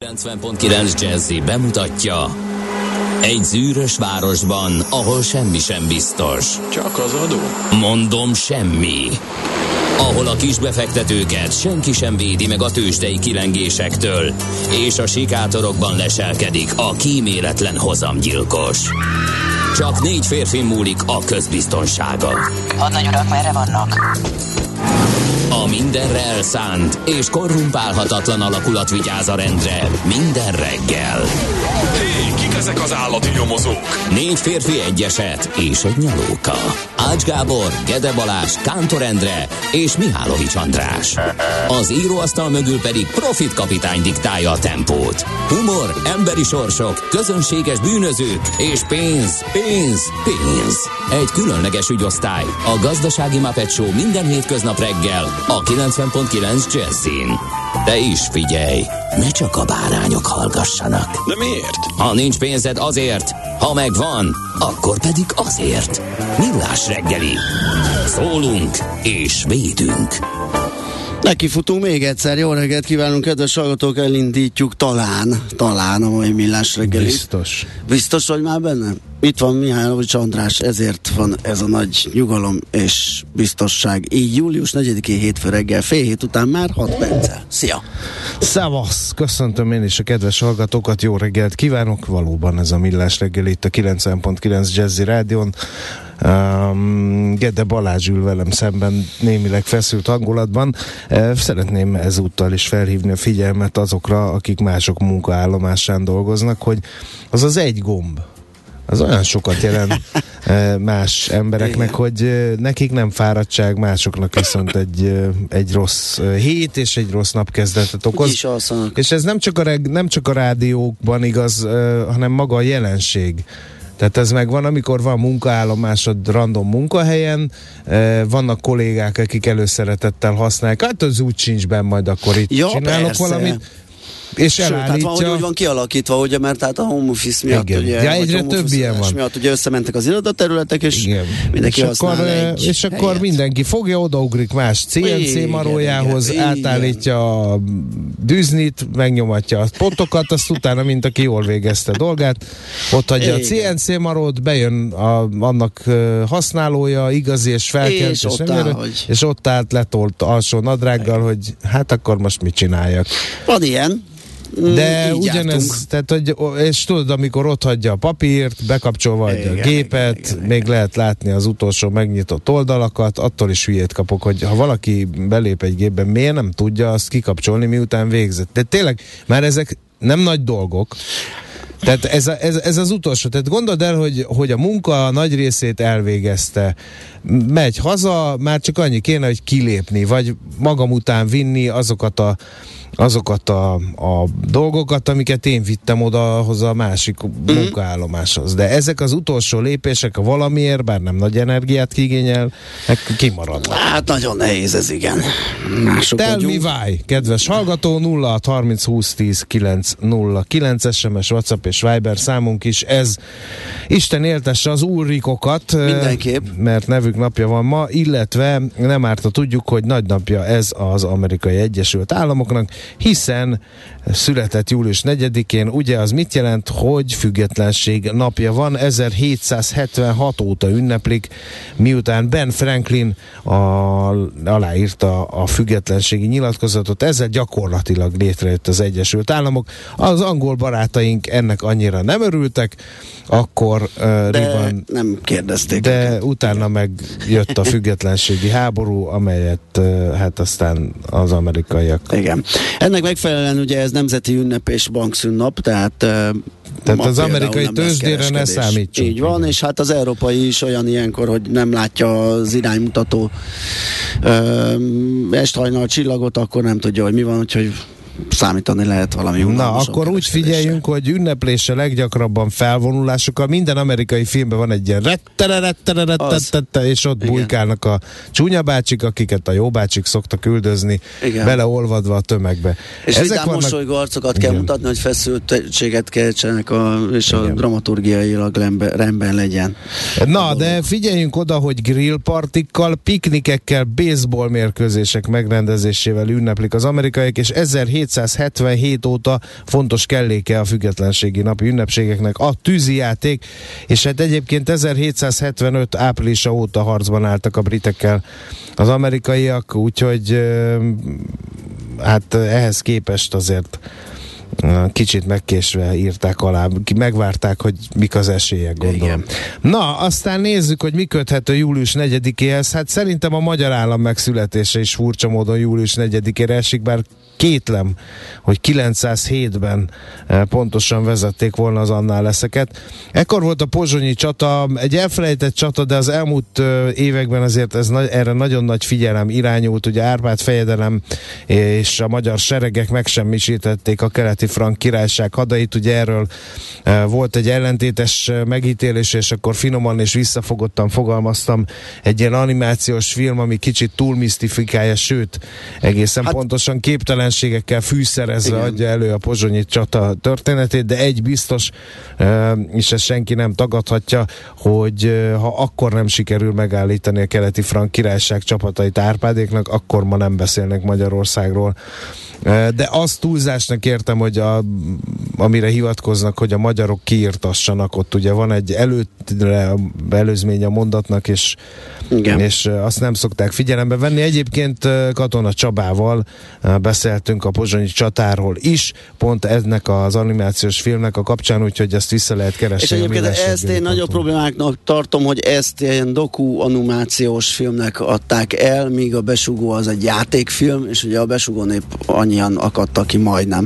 90.9 Jazzy bemutatja: egy zűrös városban, ahol semmi sem biztos. Csak az adó? Mondom, semmi. Ahol a kisbefektetőket senki sem védi meg a tőzsdei kilengésektől, és a sikátorokban leselkedik a kíméletlen hozamgyilkos. Csak 4 férfi múlik a közbiztonsága. Hadnagy urak, merre vannak? A mindenre elszánt és korrumpálhatatlan alakulat vigyáz a rendre minden reggel. Hé, kik ezek az állati nyomozók? 4 férfi, egy eset és egy nyalóka. Ács Gábor, Gede Balázs, Kántor Endre és Mihálovics András. Az íróasztal mögül pedig Profit kapitány diktálja a tempót. Humor, emberi sorsok, közönséges bűnözők és pénz, pénz, pénz. Egy különleges ügyosztály, a Gazdasági Muppet Show minden hétköznap reggel a 90.9 Jazzyn. De is figyelj, ne csak a bárányok hallgassanak. De miért? Ha nincs pénzed, azért, ha megvan, akkor pedig azért. Millás reggeli. Szólunk és védünk. Nekifutunk még egyszer. Jó reggelt kívánunk, kedves hallgatók, elindítjuk talán a mai Millás reggelit. Biztos, hogy már benne? Itt van Mihálovics András, ezért van ez a nagy nyugalom és biztosság. Így július 4-én hétfő reggel, fél hét után már 6 perccel. Szia! Szevasz! Köszöntöm én is a kedves hallgatókat, jó reggelt kívánok! Valóban ez a Millás reggel itt a 90.9 Jazzy Rádion. Gede Balázs ül velem szemben némileg feszült hangulatban. Szeretném ezúttal is felhívni a figyelmet azokra, akik mások munkaállomásán dolgoznak, hogy az az egy gomb, az olyan sokat jelent más embereknek, hogy nekik nem fáradtság, másoknak viszont egy rossz hét és egy rossz napkezdetet okoz. És ez nem csak a rádiókban igaz, hanem maga a jelenség. Tehát ez megvan, amikor van munkaállomásod random munkahelyen, vannak kollégák, akik előszeretettel használják, hát az úgy sincs benn, majd akkor itt csinálok persze valamit. És elállítja. Hát úgy van kialakítva, ugye, mert hát a home office miatt, igen, ugye, ja, egyre több ilyen van. Miatt ugye összementek az irodaterületek, és igen, mindenki és akkor mindenki fogja, odaugrik más CNC marójához, átállítja a dűznit, megnyomatja a pontokat, azt utána, mint aki jól végezte dolgát, ott hagyja a CNC marót, bejön annak használója, igazi és felkent, és ott állt letolt alsó nadrággal, hogy hát akkor most mit csináljak. Van ilyen. De ugyanez, tehát, hogy, és tudod, amikor ott hagyja a papírt, bekapcsolva a gépet, igen. Még lehet látni az utolsó megnyitott oldalakat, attól is hülyét kapok, hogy ha valaki belép egy gépben, miért nem tudja azt kikapcsolni, miután végzett. De tényleg, már ezek nem nagy dolgok. Tehát ez az utolsó. Tehát gondold el, hogy a munka nagy részét elvégezte. Megy haza, már csak annyi kéne, hogy kilépni, vagy magam után vinni azokat a dolgokat, amiket én vittem odahoz a másik munkaállomáshoz. De ezek az utolsó lépések, a valamiért, bár nem nagy energiát kigényel, kimaradnak. Hát nagyon nehéz ez, igen. Tell me why, kedves hallgató, 06 30 20 10 909 SMS, WhatsApp és Viber számunk is ez. Isten éltesse az Ulrikokat, mindenképp, mert nevük napja van ma, illetve nem árt, ha tudjuk, hogy nagy napja ez az Amerikai Egyesült Államoknak, hiszen született július 4-én, ugye az mit jelent, hogy függetlenség napja van, 1776 óta ünneplik, miután Ben Franklin aláírta a függetlenségi nyilatkozatot, ezzel gyakorlatilag létrejött az Egyesült Államok. Az angol barátaink ennek annyira nem örültek, akkor nem kérdezték. De utána meg jött a függetlenségi háború, amelyet hát aztán az amerikaiak. Igen. Ennek megfelelően ugye ez nemzeti ünnep és bankszünnap, tehát az amerikai tőzsdére ne számítsunk. Így van, és hát az európai is olyan ilyenkor, hogy nem látja az iránymutató esthajnal csillagot, akkor nem tudja, hogy mi van, úgyhogy számítani lehet valami unalmasabb. Na, akkor úgy figyeljünk, hogy ünneplése leggyakrabban felvonulásokkal. Minden amerikai filmben van egy ilyen és ott bujkálnak a csúnya bácsik, akiket a jó bácsik szoktak üldözni, beleolvadva a tömegbe. És ezek mosolygó arcokat kell mutatni, hogy feszültséget keltsenek, és a dramaturgiailag rendben legyen. Na, de figyeljünk oda, hogy grillpartikkal, piknikekkel, baseball mérkőzések megrendezésével ünneplik az amerikaiak, és 1700 1777 óta fontos kelléke a függetlenségi napi ünnepségeknek a tűzijáték, és hát egyébként 1775 áprilisa óta harcban álltak a britekkel az amerikaiak, úgyhogy hát ehhez képest azért kicsit megkésve írták alá, megvárták, hogy mik az esélyek, gondolom. Igen. Na, aztán nézzük, hogy mi köthető július 4-éhez. Hát szerintem a magyar állam megszületése is furcsa módon július 4-ére esik, bár kétlem, hogy 907-ben pontosan vezették volna az annáleszeket. Ekkor volt a pozsonyi csata, egy elfelejtett csata, de az elmúlt években azért erre nagyon nagy figyelem irányult. Ugye Árpád fejedelem és a magyar seregek megsemmisítették a keleti frank királyság hadait. Ugye erről volt egy ellentétes megítélés, és akkor finoman és visszafogottan fogalmaztam, egy ilyen animációs film, ami kicsit túl misztifikálja, sőt, egészen pontosan képtelenségekkel fűszerezve adja elő a pozsonyi csata történetét, de egy biztos, és ezt senki nem tagadhatja, hogy ha akkor nem sikerül megállítani a keleti frank királyság csapatait Árpádéknak, akkor ma nem beszélnek Magyarországról. De azt túlzásnak értem, hogy amire hivatkoznak, hogy a magyarok kiirtassanak, ott ugye van egy előzmény a mondatnak, és azt nem szokták figyelembe venni. Egyébként Katona Csabával beszéltünk a pozsonyi csatáról is, pont ennek az animációs filmnek a kapcsán, úgyhogy ezt vissza lehet keresni. És egyébként ezt én nagyobb problémáknak tartom, hogy ezt ilyen doku-animációs filmnek adták el, míg a Besugó az egy játékfilm, és ugye a Besugón épp annyian akadtak ki majdnem,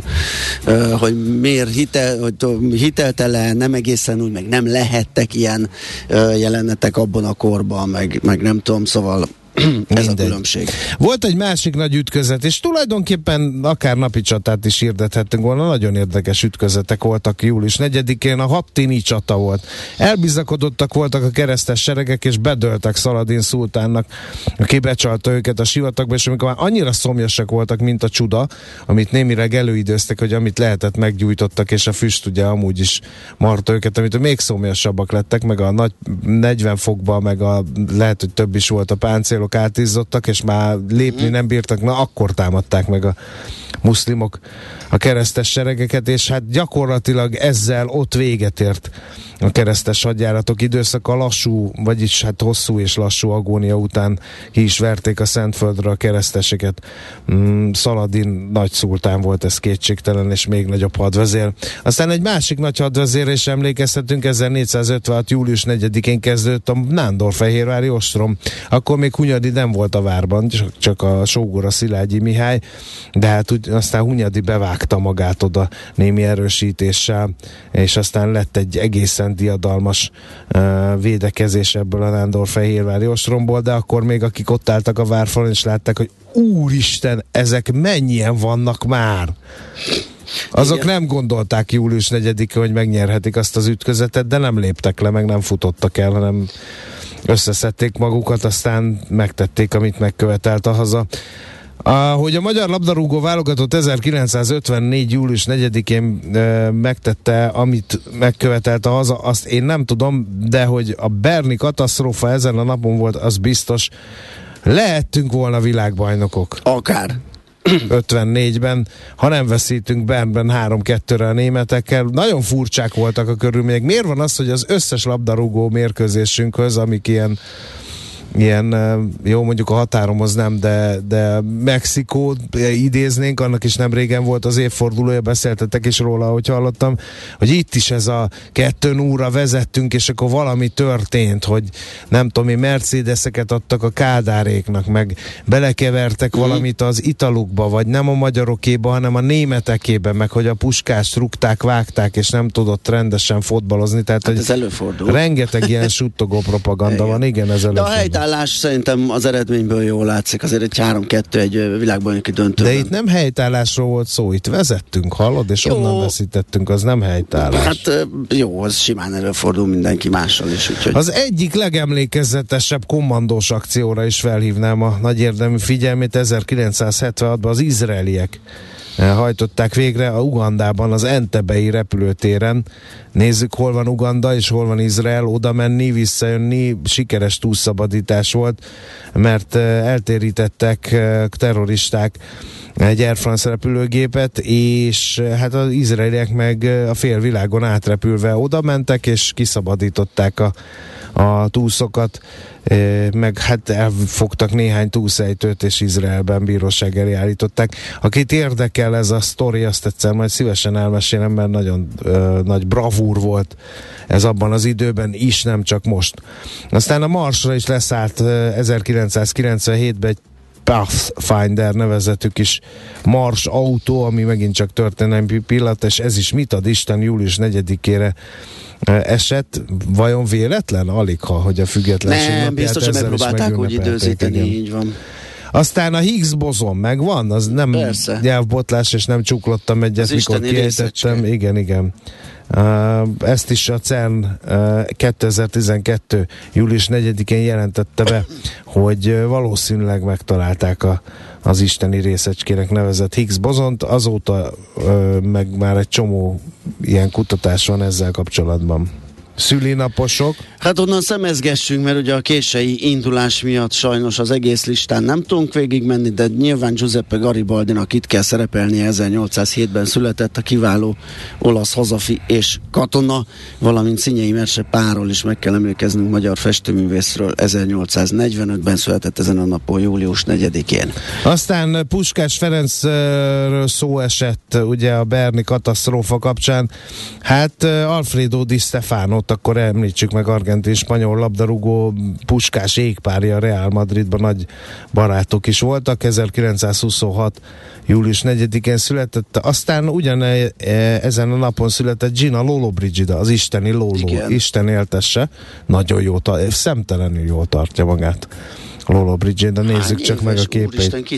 hogy miért hiteltelen, nem egészen úgy, meg nem lehettek ilyen jelenetek abban a korban, meg nem tudom, szóval ez a különbség. Volt egy másik nagy ütközet, és tulajdonképpen akár napi csatát is hirdethettünk volna, nagyon érdekes ütközetek voltak július 4-én, a Hattini csata volt. Elbizakodottak voltak a keresztes seregek, és bedöltek Szaladin szultánnak, aki becsalta őket a sivatagba, és amikor már annyira szomjasak voltak, mint a csuda, amit némileg előidőztek, hogy amit lehetett, meggyújtottak, és a füst ugye amúgy is marta őket, amit még szomjasabbak lettek, meg a nagy 40 fokban, meg lehet, hogy több is volt a páncél, átizzottak, és már lépni nem bírtak, na akkor támadták meg a muszlimok a keresztes seregeket, és hát gyakorlatilag ezzel ott véget ért a keresztes hadjáratok időszaka, lassú, vagyis hát hosszú és lassú agónia után ki is verték a Szentföldre a kereszteseket. Szaladin nagy szultán volt, ez kétségtelen, és még nagyobb hadvezér. Aztán egy másik nagy hadvezér, és emlékezhetünk, 1456. július 4-én kezdődött a nándorfehérvári ostrom. Akkor még Hunyadi nem volt a várban, csak a sógora Szilágyi Mihály, de hát aztán Hunyadi bevágta magát oda némi erősítéssel, és aztán lett egy egészen diadalmas védekezés ebből a nándorfehérvári ostromból, de akkor még akik ott álltak a várfalon, és látták, hogy úristen, ezek mennyien vannak már! Azok igen. Nem gondolták július 4-én, hogy megnyerhetik azt az ütközetet, de nem léptek le, meg nem futottak el, hanem összeszedték magukat, aztán megtették, amit megkövetelt a haza. Hogy a magyar labdarúgó válogatott 1954. július 4-én megtette, amit megkövetelt a haza, azt én nem tudom, de hogy a berni katasztrófa ezen a napon volt, az biztos. Lehettünk volna világbajnokok. Akár. 54-ben, ha nem veszítünk Bernben 3-2-re a németekkel. Nagyon furcsák voltak a körülmények. Miért van az, hogy az összes labdarúgó mérkőzésünkhöz, amik ilyen jó, mondjuk a határomhoz nem, de Mexikót idéznénk, annak is nem régen volt az évfordulója, beszéltetek is róla, ahogy hallottam, hogy itt is ez a 2-0-ra vezettünk, és akkor valami történt, hogy nem tudom, mi Mercedeseket adtak a Kádáréknak, meg belekevertek valamit az italukba, vagy nem a magyarokéba, hanem a németekébe, meg hogy a Puskást rúgták, vágták, és nem tudott rendesen fotbalozni, tehát hát ez előfordul. Rengeteg ilyen suttogó propaganda van, igen, ez előfordul. Szerintem az eredményből jól látszik, azért egy 3-2 egy világbajnoki döntőben. De itt nem helytállásról volt szó, itt vezettünk, hallod, és jó. Onnan veszítettünk, az nem helytállás. Hát jó, az simán előfordul mindenki mással is. Úgyhogy... Az egyik legemlékezetesebb kommandós akcióra is felhívnám a nagy érdemű figyelmét, 1976-ban az izraeliek hajtották végre a Ugandában, az Entebei repülőtéren. Nézzük, hol van Uganda és hol van Izrael, oda menni, visszajönni, sikeres túlszabadítás volt, mert eltérítettek terroristák egy Air France repülőgépet, és hát az izraeliek meg a félvilágon átrepülve oda mentek, és kiszabadították a túszokat, meg hát elfogtak néhány túszejtőt, és Izraelben bíróság elé állították. Akit érdekel ez a sztori, azt egyszer majd szívesen elmesélem, mert nagyon nagy bravúr volt ez abban az időben is, nem csak most. Aztán a Marsra is leszállt 1997-ben egy Pathfinder nevezetű kis Mars autó, ami megint csak történelmi pillanat, és ez is mit ad Isten július 4-ére esett. Vajon véletlen? Aligha, hogy a függetlenség napját nem, biztos, hogy megpróbálták úgy időzíteni, így van. Aztán a Higgs bozon megvan, az nem persze. Nyelvbotlás, és nem csuklottam egyet, mikor kiejtettem. Igen. Ezt is a CERN 2012. július 4-én jelentette be, hogy valószínűleg megtalálták az isteni részecskének nevezett Higgs bozont, azóta meg már egy csomó ilyen kutatás van ezzel kapcsolatban. Szülinaposok. Hát onnan szemezgessünk, mert ugye a késői indulás miatt sajnos az egész listán nem tudunk végigmenni, de nyilván Giuseppe Garibaldinak itt kell szerepelnie, 1807-ben született, a kiváló olasz hazafi és katona, valamint Szinyei Merse Pálról is meg kell emlékeznünk, magyar festőművészről, 1845-ben született ezen a napon, július 4-én. Aztán Puskás Ferencről szó esett ugye a berni katasztrófa kapcsán. Hát Alfredo Di Stefano, akkor említsük meg, argentin-spanyol labdarúgó, Puskás égpárja Real Madridban nagy barátok is voltak, 1926. július 4-én született, aztán ezen a napon született Gina Lollobrigida, az isteni Lolo, igen. Isten éltesse, nagyon jó, szemtelenül jól tartja magát. Lollobrigida, nézzük csak meg a képét.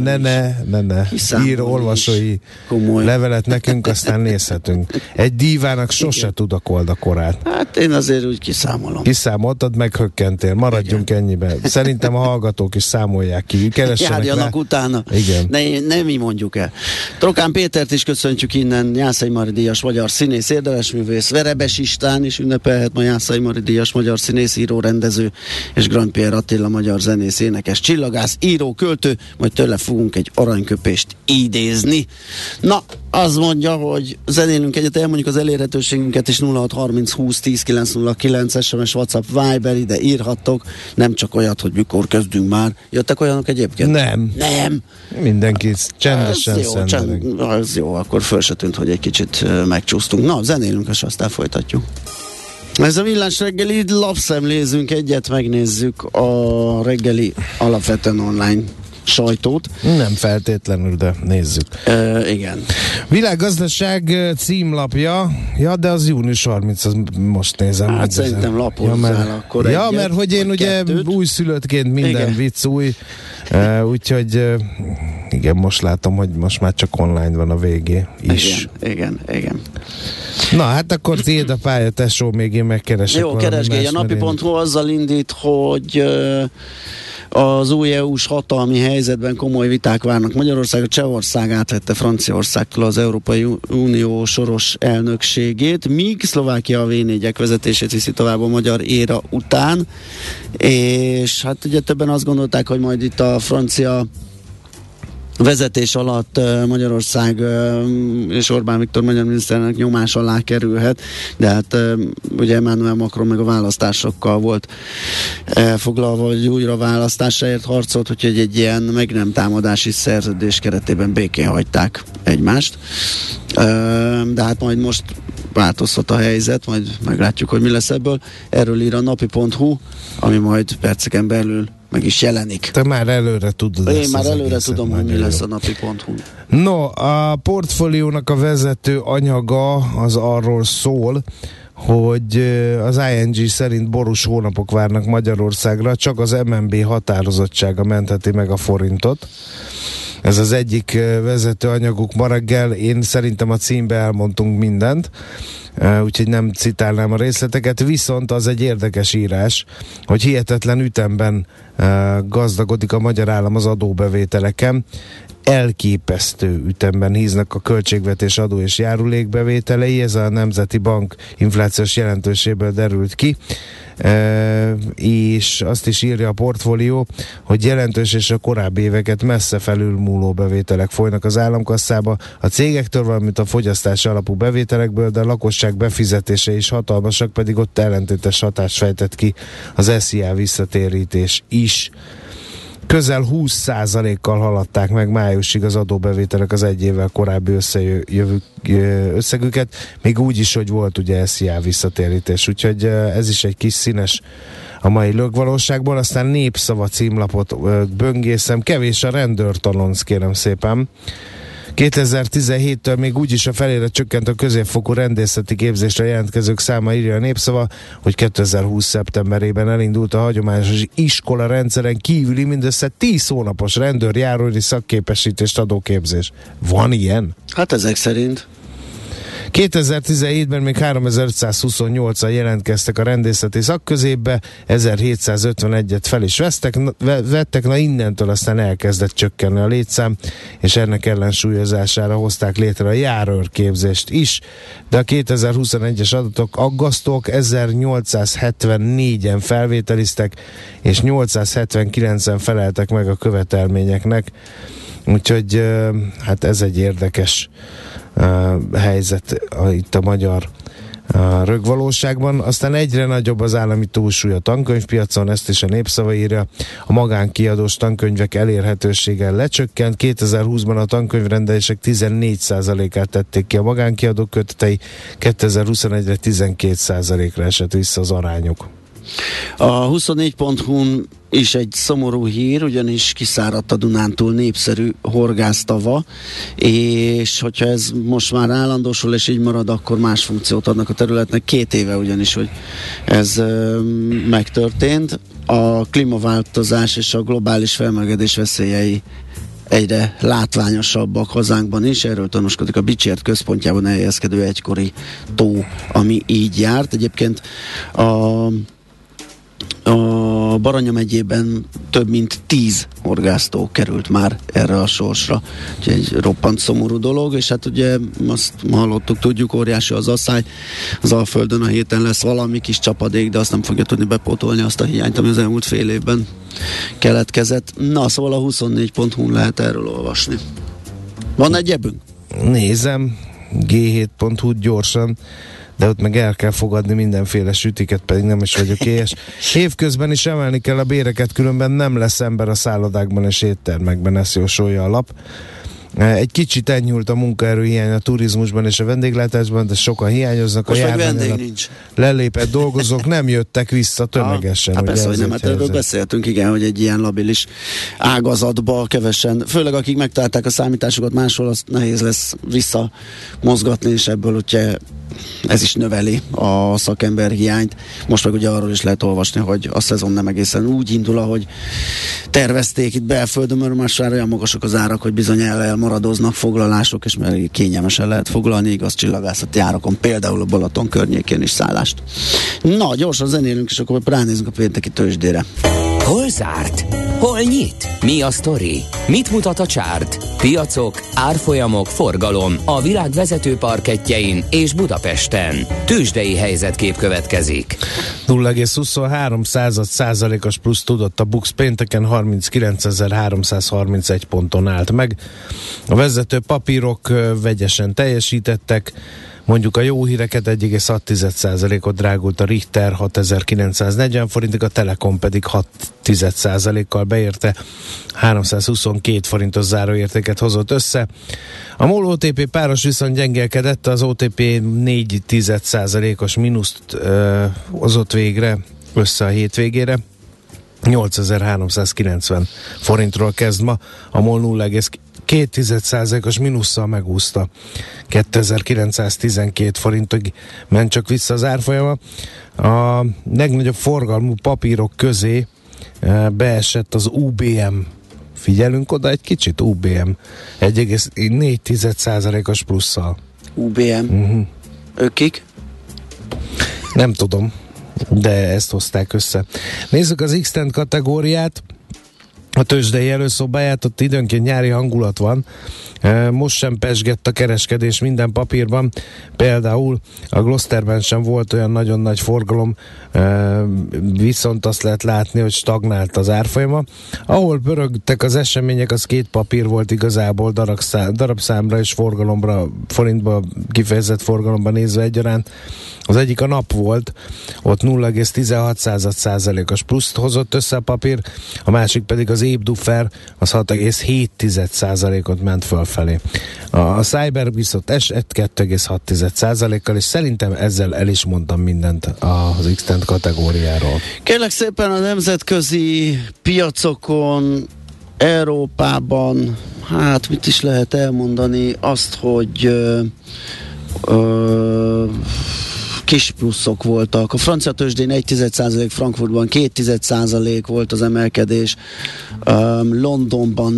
Ne. Ír olvasói levelet nekünk, aztán nézhetünk. Egy dívának sose tud a kolda korát. Hát én azért úgy kiszámolom. Kiszámoltad, meghökkentél. Maradjunk ennyiben. Szerintem a hallgatók is számolják ki. Járjanak utána. Igen. Ne mi mondjuk el. Trokán Pétert is köszöntjük innen, Jászai Mari díjas magyar színész, érdelesművész, Verebes István is ünnepelhet ma, Jászai Mari díjas magyar színész, író, rendező, és Grand Pierre Attila magyar zenész, énekes, csillagász, író, költő, majd tőle fogunk egy aranyköpést idézni. Na, az mondja, hogy zenélünk egyet, elmondjuk az elérhetőségünket is, 0630 20 10 909 SMS, WhatsApp, Viber, ide írhattok, nem csak olyat, hogy mikor kezdünk már. Jöttek olyanok egyébként? Nem. Mindenki csendesen szendereg. Az jó, akkor föl se tűnt, hogy egy kicsit megcsúsztunk. Na, zenélünk, és aztán folytatjuk. Ez a Millás reggeli, lapszemlézünk egyet, megnézzük a reggeli alapvetően online sajtót. Nem feltétlenül, de nézzük. Igen. Világgazdaság címlapja, de az június 30, az most nézem. Hát szerintem lapozzál akkor egyet. Mert hogy én ugye újszülöttként minden igen. Vicc új, úgyhogy igen, most látom, hogy most már csak online van a végé is. Igen. Na, hát akkor tiéd a pálya, tesó, még én megkeresek. Jó, keresgélj, a napi.hu azzal indít, hogy az új EU-s hatalmi helyzetben komoly viták várnak. Magyarország, a Csehország átvette Franciaországtól az Európai Unió soros elnökségét, míg Szlovákia a V4-ek vezetését viszi tovább a magyar éra után, és hát ugye többen azt gondolták, hogy majd itt a francia vezetés alatt Magyarország és Orbán Viktor magyar miniszterelnök nyomás alá kerülhet, de hát ugye Emmanuel Macron meg a választásokkal volt elfoglalva, hogy újra választásáért harcolt, úgyhogy egy ilyen meg nem támadási szerződés keretében békén hagyták egymást. De hát majd most változhat a helyzet, majd meglátjuk, hogy mi lesz ebből. Erről ír a napi.hu, ami majd perceken belül meg is jelenik. Te már előre tudod. Én már előre tudom, hogy mi lesz a napi.hu. No, a portfóliónak a vezető anyaga az arról szól, hogy az ING szerint borús hónapok várnak Magyarországra, csak az MNB határozottsága mentheti meg a forintot. Ez az egyik vezető anyaguk ma reggel. Én szerintem a címbe elmondtunk mindent, úgyhogy nem citálnám a részleteket, viszont az egy érdekes írás, hogy hihetetlen ütemben gazdagodik a magyar állam az adóbevételeken. elképesztő ütemben híznak a költségvetés adó és járulékbevételei, ez a Nemzeti Bank inflációs jelentőséből derült ki, és azt is írja a portfólió, hogy jelentős és a korábbi éveket messze felülmúló bevételek folynak az államkasszába, a cégektől, valamint a fogyasztási alapú bevételekből, de a lakosság befizetése is hatalmasak, pedig ott ellentétes hatást fejtett ki az SZIA visszatérítés is. Közel 20%-kal haladták meg májusig az adóbevételek az egy évvel korábbi összegüket, még úgy is, hogy volt ugye SZIA visszatérítés, úgyhogy ez is egy kis színes a mai lögvalóságból. Aztán Népszava címlapot böngészem, kevés a rendőrtalonc, kérem szépen. 2017-től még úgyis a felére csökkent a középfokú rendészeti képzésre jelentkezők száma, írja a Népszava, hogy 2020. szeptemberében elindult a hagyományos iskola rendszeren kívüli mindössze 10 hónapos rendőrjárói szakképesítést adó képzés. Van ilyen? Hát ezek szerint. 2017-ben még 3528-an jelentkeztek a rendészeti szakközépbe, 1751-et fel is vettek, na innentől aztán elkezdett csökkenni a létszám, és ennek ellensúlyozására hozták létre a járőrképzést is, de a 2021-es adatok aggasztók, 1874-en felvételiztek, és 879-en feleltek meg a követelményeknek, úgyhogy hát ez egy érdekes helyzet itt a magyar rögvalóságban. Aztán egyre nagyobb az állami túlsúly a tankönyvpiacon, ezt is a Népszava írja. A magánkiadós tankönyvek elérhetősége lecsökkent. 2020-ban a tankönyvrendelések 14%-át tették ki a magánkiadók kötetei, 2021-re 12%-ra esett vissza az arányok. A 24.hu-n is egy szomorú hír, ugyanis kiszáradt a Dunántúl népszerű horgásztava, és hogyha ez most már állandósul és így marad, akkor más funkciót adnak a területnek. 2 éve ugyanis, hogy ez megtörtént. A klímaváltozás és a globális felmelegedés veszélyei egyre látványosabbak hazánkban is, erről tanúskodik a Bicsért központjában elhelyezkedő egykori tó, ami így járt. Egyébként a Baranya megyében több mint 10 horgásztó került már erre a sorsra. Úgyhogy egy roppant szomorú dolog, és hát ugye azt hallottuk, tudjuk, óriási az asszály. Az Alföldön a héten lesz valami kis csapadék, de azt nem fogja tudni bepótolni azt a hiányt, ami az elmúlt fél évben keletkezett. Na, szóval a 24.hu-n lehet erről olvasni. Van egy ebünk? Nézem, G7.hu gyorsan, de ott meg el kell fogadni mindenféle sütiket, pedig nem is vagyok éhes. Évközben is emelni kell a béreket, különben nem lesz ember a szállodákban és éttermekben, ezt jósolja a lap. Egy kicsit enyhült a munkaerőhiány a turizmusban és a vendéglátásban, de sokan hiányoznak. Most a vendég nincs. Lelépett dolgozók nem jöttek vissza tömegesen. Hát persze, hogy nem, hát erről beszéltünk, igen, hogy egy ilyen labilis ágazatba kevesen, főleg akik megtalálták a számításokat máshol, azt nehéz lesz visszamozgatni, és ebből ugye ez is növeli a szakemberhiányt. Most meg ugye arról is lehet olvasni, hogy a szezon nem egészen úgy indul, ahogy tervezték itt belföldön, mert most már olyan magasak az árak, hogy bizony elmaradoznak foglalások, és mert kényelmesen lehet foglalni igaz csillagászati árakon, például a Balaton környékén is szállást. Na, gyorsan zenélünk, és akkor ránézünk a pénteki tőzsdére. Hol zárt? Hol nyit? Mi a sztori? Mit mutat a csárt? Piacok, árfolyamok, forgalom a világ vezető parkettjein és Budapesten. Tőzsdei helyzetkép következik. 0,23%-os plusz tudott a BUX pénteken, 39.331 ponton állt meg. A vezető papírok vegyesen teljesítettek. Mondjuk a jó híreket, 1,6%-ot drágult a Richter 6940 forintig, a Telekom pedig 6%-kal beérte, 322 forintos záróértéket hozott össze. A MOL OTP páros viszont gyengélkedett, az OTP 4,1%-os mínuszt hozott végre össze a hétvégére. 8390 forintról kezd ma, a MOL 0,2%-os mínusszal megúszta. 2912 forintig ment csak vissza az árfolyama. A legnagyobb forgalmú papírok közé beesett az UBM. Figyelünk oda egy kicsit, UBM. 1,4%-os plusszal. UBM. Ők kik? Nem tudom, de ezt hozták össze. Nézzük az X-Tent kategóriát. A a tőzsdei előszobáját, ott időnként nyári hangulat van. Most sem pezsgett a kereskedés minden papírban, például a Glosterben sem volt olyan nagyon nagy forgalom, viszont azt lehet látni, hogy stagnált az árfolyama. Ahol pörögtek az események, az két papír volt igazából darabszámra és forgalomra, forintba kifejezett forgalomba nézve egyaránt. Az egyik a nap volt, ott 0,16%-os pluszt hozott össze a papír, a másik pedig az Ébdufer, az 6,7%-ot ment fölfelé. A Cyber viszont esett 2,6%-kal, és szerintem ezzel el is mondtam mindent az X-Tent kategóriáról. Kérlek szépen, a nemzetközi piacokon, Európában, hát mit is lehet elmondani, azt, hogy kis pluszok voltak. A francia tőzsdén 1,1%, Frankfurtban 2,1% volt az emelkedés, Londonban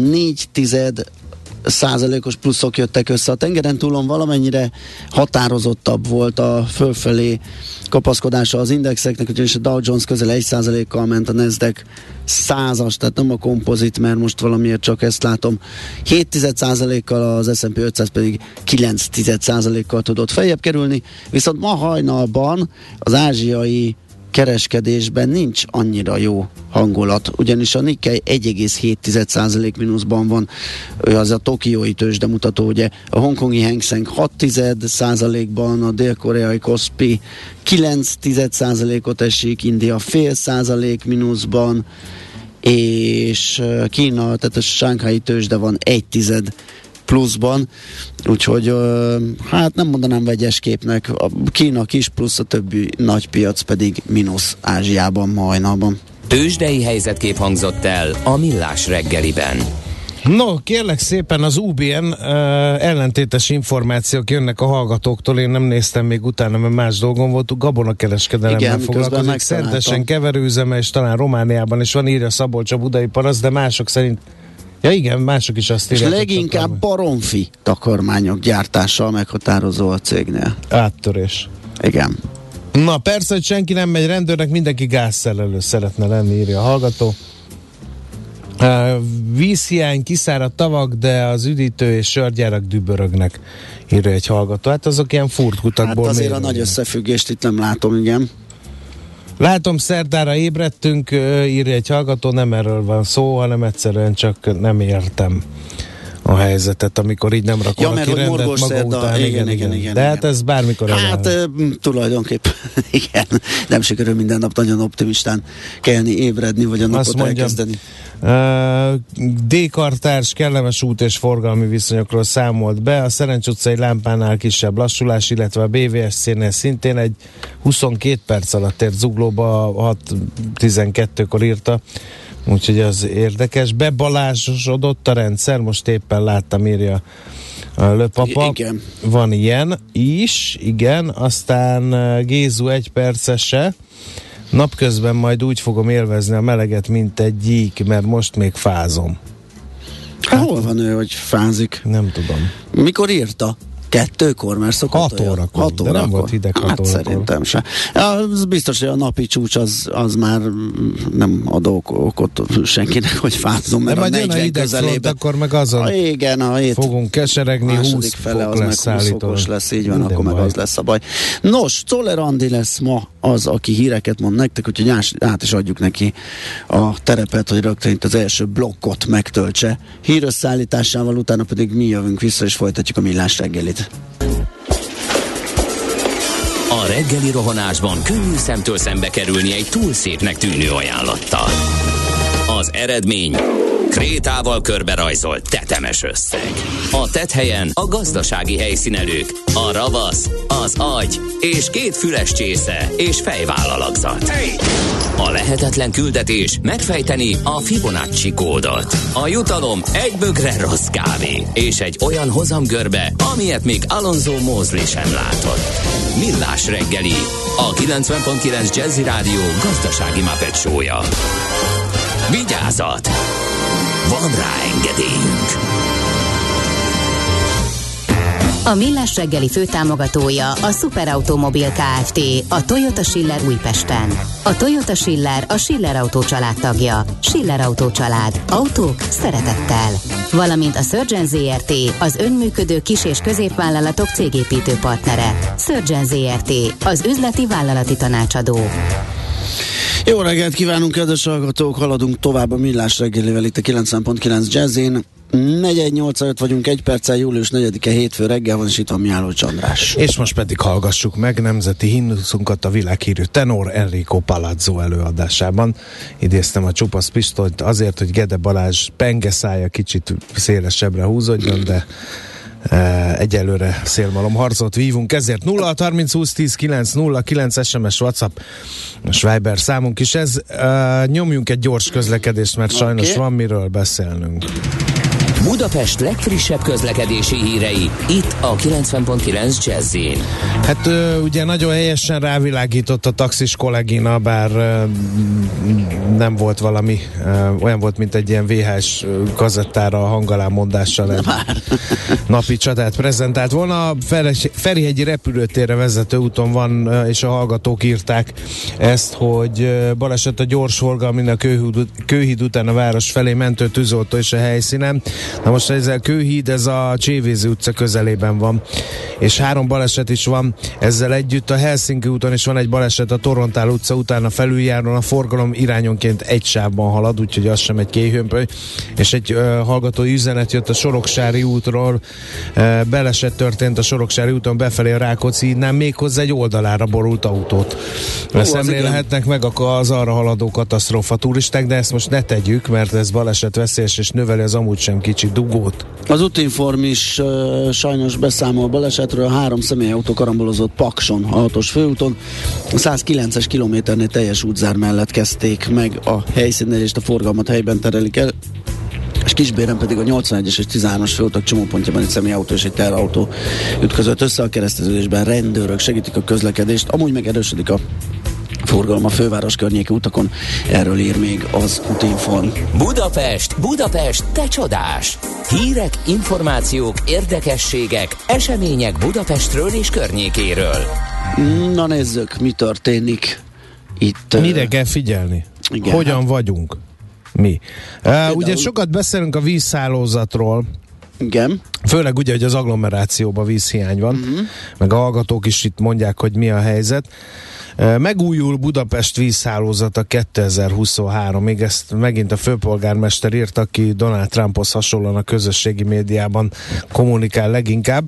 0,4%-os pluszok jöttek össze. A tengeren túlon valamennyire határozottabb volt a fölfelé kapaszkodása az indexeknek, ugyanis a Dow Jones közel 1%-kal ment, a Nasdaq 100-as, tehát nem a kompozit, mert most valamiért csak ezt látom. 7,1%-kal, az S&P 500 pedig 9,1%-kal tudott feljebb kerülni, viszont ma hajnalban az ázsiai kereskedésben nincs annyira jó hangulat, ugyanis a Nikkei 1,7% mínuszban van, az a tokiói tőzsde mutató, ugye a hongkongi Hang Seng 6,1%-ban, a dél-koreai Kospi 9,1%-ot esik, India 0,5% mínuszban, és Kína, tehát a sánghái tőzsde van 1 pluszban, úgyhogy hát nem mondanám vegyes képnek, a Kína kis plusz, a többi nagy piac pedig mínusz Ázsiában ma hajnalban. Tőzsdei helyzetkép hangzott el a Millás reggeliben. No, kérlek szépen, az UBN ellentétes információk jönnek a hallgatóktól, én nem néztem még utána, mert más dolgom volt, gabonakereskedelemmel foglalkozik, szentesen keverőüzeme, és talán Romániában is van, írja Szabolcs a budai paraszt, de mások szerint ja igen, mások is azt írják. És leginkább baromfi takarmányok gyártással meghatározó a cégnél. Áttörés. Igen. Na persze, hogy senki nem megy rendőrnek, mindenki gázszerelő szeretne lenni, írja a hallgató. Vízhiány, kiszáradt tavak, de az üdítő és sörgyárak dübörögnek, írja egy hallgató. Hát azok ilyen furtkutakból. Hát azért a nagy összefüggést itt nem látom, igen. Látom, szerdára ébredtünk, írja egy hallgató, nem erről van szó, hanem egyszerűen csak nem értem a helyzetet, amikor így nem rakol ki rendet maga szerda, után. Igen. De hát ez bármikor tulajdonképpen igen, nem sikerül minden nap nagyon optimistán kelni, ébredni, vagy a napot elkezdeni. D-kartárs kellemes út és forgalmi viszonyokról számolt be, a Szerencs utcai lámpánál kisebb lassulás, illetve a BVSC-nél szintén egy 22 perc alatt ért zuglóba, 6:12-kor írta, úgyhogy az érdekes. Bebalázsosodott a rendszer, most éppen láttam, írja a Löpapa. Igen. Van ilyen is, igen, aztán Gézu 1 percese. Napközben majd úgy fogom élvezni a meleget, mint egy gyík, mert most még fázom. Hol van ő, hogy fázik? Nem tudom. Mikor írta? 2-kor, mert szokott 6 órakor, 6 órakor. De nem volt hideg 6 órakor. Szerintem se. Az biztos, hogy a napi csúcs az már nem ad okot senkinek, hogy fázzon, mert a 40 közelében. Akkor meg azon igen, a fogunk keseregni, 20 fele fok az lesz meg 20 fokos lesz, így van, akkor meg az lesz a baj. Nos, Czoller Andi lesz ma az, aki híreket mond nektek, úgyhogy át is adjuk neki a terepet, hogy rögtön itt az első blokkot megtöltse. Hírösszállításával, utána pedig mi jövünk vissza, és folytatjuk a Millás reggelit. A reggeli rohanásban könnyű szemtől szembe kerülni egy túl szépnek tűnő ajánlattal. Az eredmény krétával körberajzolt tetemes összeg. A tetthelyen a gazdasági helyszínelők, a ravasz, az agy és 2 füles csésze és fejvállalakzat. A lehetetlen küldetés megfejteni a Fibonacci kódot. A jutalom egy bögre rossz kávé és egy olyan hozamgörbe, amilyet még Alonso Mosley sem látott. Millás reggeli, a 90.9 Jazzy Rádió gazdasági Muppet show-ja. Vigyázat! Van rá engedélyünk! A Millás reggeli főtámogatója a Superautomobil Kft. A Toyota Schiller Újpesten. A Toyota Schiller a Schiller Autó család tagja. Schiller Autó család. Autók szeretettel. Valamint a Surgeon ZRT, az önműködő kis- és középvállalatok cégépítő partnere. Surgeon ZRT, az üzleti vállalati tanácsadó. Jó reggelt kívánunk, kedves hallgatók! Haladunk tovább a Millás reggelivel itt a 90.9 Jazzin. 418 vagyunk, 1 perccel, július 4-e hétfő reggel van, és itt van Mihálovics András. És most pedig hallgassuk meg nemzeti himnuszunkat a világhírű tenor Enrico Palazzo előadásában. Idéztem a Csupasz Pistolt azért, hogy Gede Balázs pengeszája kicsit szélesebbre húzódjon, de egyelőre szélmalom harcot vívunk, ezért 0-30 20 10 9 SMS, WhatsApp, Viber számunk is ez. Nyomjunk egy gyors közlekedést, mert sajnos van miről beszélnünk. Budapest legfrissebb közlekedési hírei, itt a 90.9 Jazz-in. Hát ugye nagyon helyesen rávilágított a taxis kollégina, bár nem volt valami, olyan volt, mint egy ilyen VHS kazettára hangalámondással egy napi csatát prezentált volna. A Ferihegyi repülőtérre vezető úton van, és a hallgatók írták ezt, hogy baleset a gyorsforgalmi a Kőhíd után a város felé, mentő tűzoltó és a helyszínen. Na most ez a Kőhíd, ez a Csévézi utca közelében van, és 3 baleset is van. Ezzel együtt a Helsinki úton is van egy baleset, a Torontál utca után a felüljáron, a forgalom irányonként egy sávban halad, úgyhogy az sem egy kéhömpöly. És egy hallgatói üzenet jött a Soroksári útról, baleset történt a Soroksári úton befelé a Rákóczi hídnál, méghozzá egy oldalára borult autót. Szemlélhetnek meg az arra haladó katasztrófa turisták, de ezt most ne tegyük, mert ez balesetveszélyes és növeli az amúgy sem kicsi dugót. Az Útinform is sajnos beszámol balesetről, 3 személyautó karambolozott Pakson, a 6-os főúton. A 109-es kilométernél teljes útzár mellett kezdték meg a helyszínelést, a forgalmat helyben terelik el, és Kisbéren pedig a 81-es és 13-as főutak csomópontjában egy személyautó és egy teherautó ütközött össze, a kereszteződésben rendőrök segítik a közlekedést, amúgy meg erősödik a forgalom a főváros környéki utakon, erről ír még az Útinform. Budapest, te csodás! Hírek, információk, érdekességek, események Budapestről és környékéről. Na nézzük, mi történik itt. Mire kell figyelni? Igen, hogyan vagyunk? Mi? Ugye sokat beszélünk a vízhálózatról. Igen. Főleg ugye, hogy az agglomerációban vízhiány van, meg a hallgatók is itt mondják, hogy mi a helyzet. Megújul Budapest vízhálózata 2023-ig, ezt megint a főpolgármester írt, aki Donald Trumphoz hasonlóan a közösségi médiában kommunikál leginkább.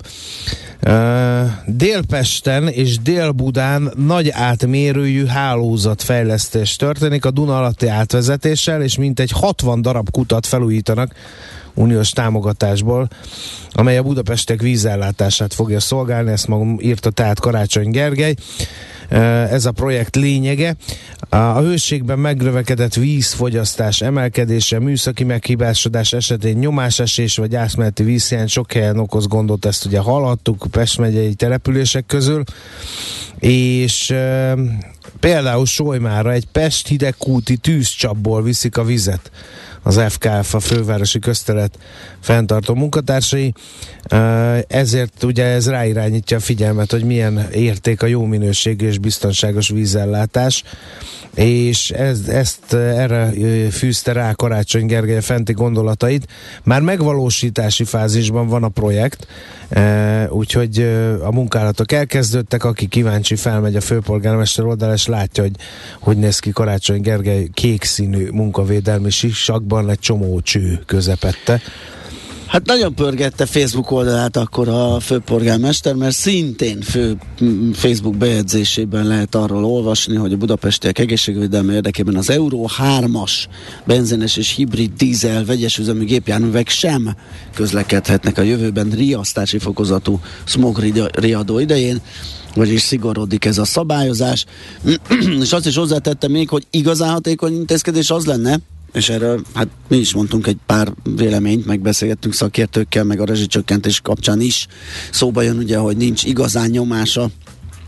Délpesten és Dél-Budán nagy átmérőjű hálózatfejlesztés történik a Duna alatti átvezetéssel, és mintegy 60 darab kutat felújítanak uniós támogatásból, amely a budapestiek vízellátását fogja szolgálni, ezt magam írta tehát Karácsony Gergely. Ez a projekt lényege. A hőségben megnövekedett vízfogyasztás emelkedése, műszaki meghibásodás esetén nyomásesés vagy átmeneti vízhiány sok helyen okoz gondot, ezt ugye hallhattuk Pest megyei települések közül, és például Solymára egy Pest hidegkúti tűzcsapból viszik a vizet az FKF, a fővárosi közterület fenntartó munkatársai. Ezért ugye ez ráirányítja a figyelmet, hogy milyen érték a jó minőségű és biztonságos vízellátás, és erre fűzte rá Karácsony Gergely fenti gondolatait. Már megvalósítási fázisban van a projekt, úgyhogy a munkálatok elkezdődtek, aki kíváncsi, felmegy a főpolgármester oldalra, és látja, hogy néz ki Karácsony Gergely kék színű munkavédelmi sisakban egy csomó cső közepette. Hát nagyon pörgette Facebook oldalát akkor a főpolgármester, mert szintén Facebook bejegyzésében lehet arról olvasni, hogy a budapestiek egészségvédelme érdekében az Euro 3-as benzines és hibrid dízel vegyes üzemű gépjárművek sem közlekedhetnek a jövőben riasztási fokozatú smogriadó idején, vagyis szigorodik ez a szabályozás. És azt is hozzátette még, hogy igazán hatékony intézkedés az lenne, és erről hát mi is mondtunk egy pár véleményt, megbeszélgettünk szakértőkkel, meg a rezsicsökkentés kapcsán is szóba jön ugye, hogy nincs igazán nyomása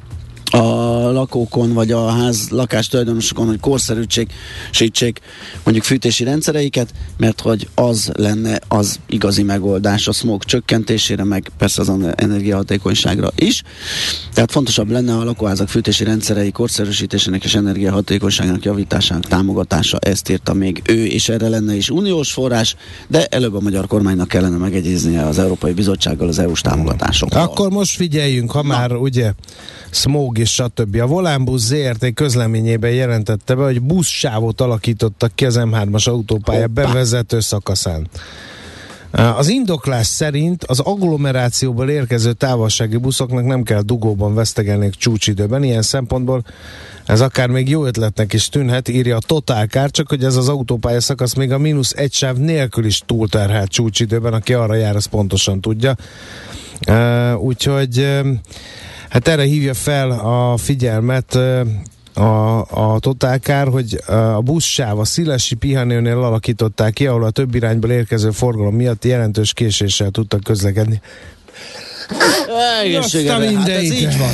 a lakókon, vagy a lakás tulajdonosokon, hogy korszerűsítsék mondjuk fűtési rendszereiket, mert hogy az lenne az igazi megoldás a smog csökkentésére, meg persze az energiahatékonyságra is. Tehát fontosabb lenne a lakóházak fűtési rendszerei korszerűsítésének és energiahatékonyságnak javításának támogatása, ezt írta még ő, és erre lenne is uniós forrás, de előbb a magyar kormánynak kellene megegyeznie az Európai Bizottsággal az EU-s támogatásokkal. Akkor most figyeljünk, ha már ugye smog és stb. A Volánbusz ZRT közleményében jelentette be, hogy buszsávot alakítottak ki az M3-as autópálya bevezető szakaszán. Az indoklás szerint az agglomerációból érkező távolsági buszoknak nem kell dugóban vesztegelni csúcsidőben. Ilyen szempontból ez akár még jó ötletnek is tűnhet, írja a Total Car, csak hogy ez az autópálya szakasz még a -1 sáv nélkül is túlterhelt csúcsidőben, aki arra jár, az pontosan tudja. Úgyhogy hát erre hívja fel a figyelmet a Total Car, hogy a buszsáv a Szilesi pihenőnél alakították ki, ahol a több irányból érkező forgalom miatt jelentős késéssel tudtak közlekedni. Ez így van.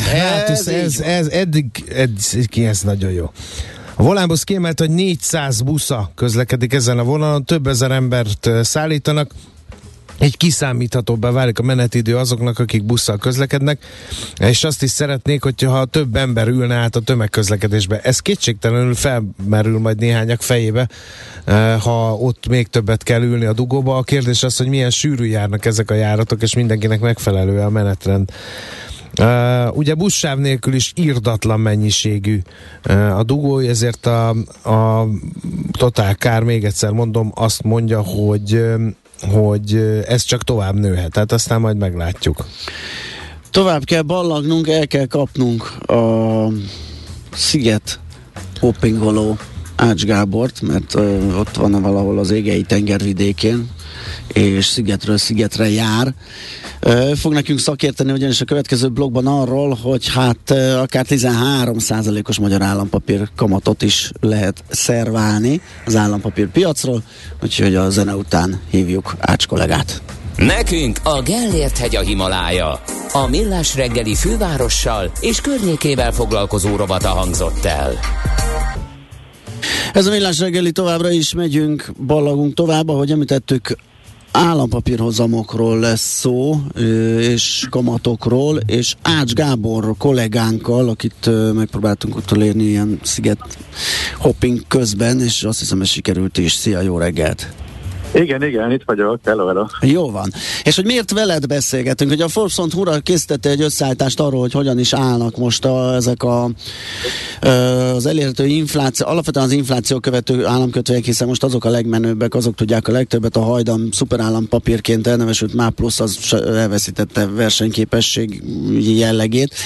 Ez nagyon jó. A Volánbusz kiemelt, hogy 400 busza közlekedik ezen a vonalon, több ezer embert szállítanak, így kiszámíthatóbbá válik a menetidő azoknak, akik busszal közlekednek, és azt is szeretnék, hogyha több ember ülne át a tömegközlekedésbe. Ez kétségtelenül felmerül majd néhányak fejébe, ha ott még többet kell ülni a dugóba. A kérdés az, hogy milyen sűrű járnak ezek a járatok, és mindenkinek megfelelő a menetrend. Ugye buszsáv nélkül is irdatlan mennyiségű a dugó, ezért a Total Car, még egyszer mondom, azt mondja, hogy ez csak tovább nőhet, tehát aztán majd meglátjuk. Tovább kell ballagnunk, el kell kapnunk a sziget hoppingoló Ács Gábort, mert ott van valahol az égei tengervidékén, és szigetről szigetre jár. Fog nekünk szakérteni ugyanis a következő blogban arról, hogy hát akár 13%-os magyar állampapír kamatot is lehet szerválni az állampapír piacról, úgyhogy a zene után hívjuk Ács kollégát. Nekünk a Gellért-hegy a Himalája. A Millás reggeli fővárossal és környékével foglalkozó rovata hangzott el. Ez a Millás reggeli, továbbra is megyünk, ballagunk tovább, ahogy említettük, állampapírhozamokról lesz szó, és kamatokról, és Ács Gábor kollégánkkal, akit megpróbáltunk utolérni ilyen sziget hopping közben, és azt hiszem, ez sikerült is. Szia, jó reggelt! Igen, itt vagyok, hello. Jó van. És hogy miért veled beszélgetünk? Ugye a Forbes.hu-ra készítette egy összeállítást arról, hogy hogyan is állnak most ezek az elérhető infláció, alapvetően az infláció követő államkötvények, hiszen most azok a legmenőbbek, azok tudják a legtöbbet, a Hajdam szuperállampapírként elnevesült MÁ Plusz, az elveszítette versenyképesség jellegét.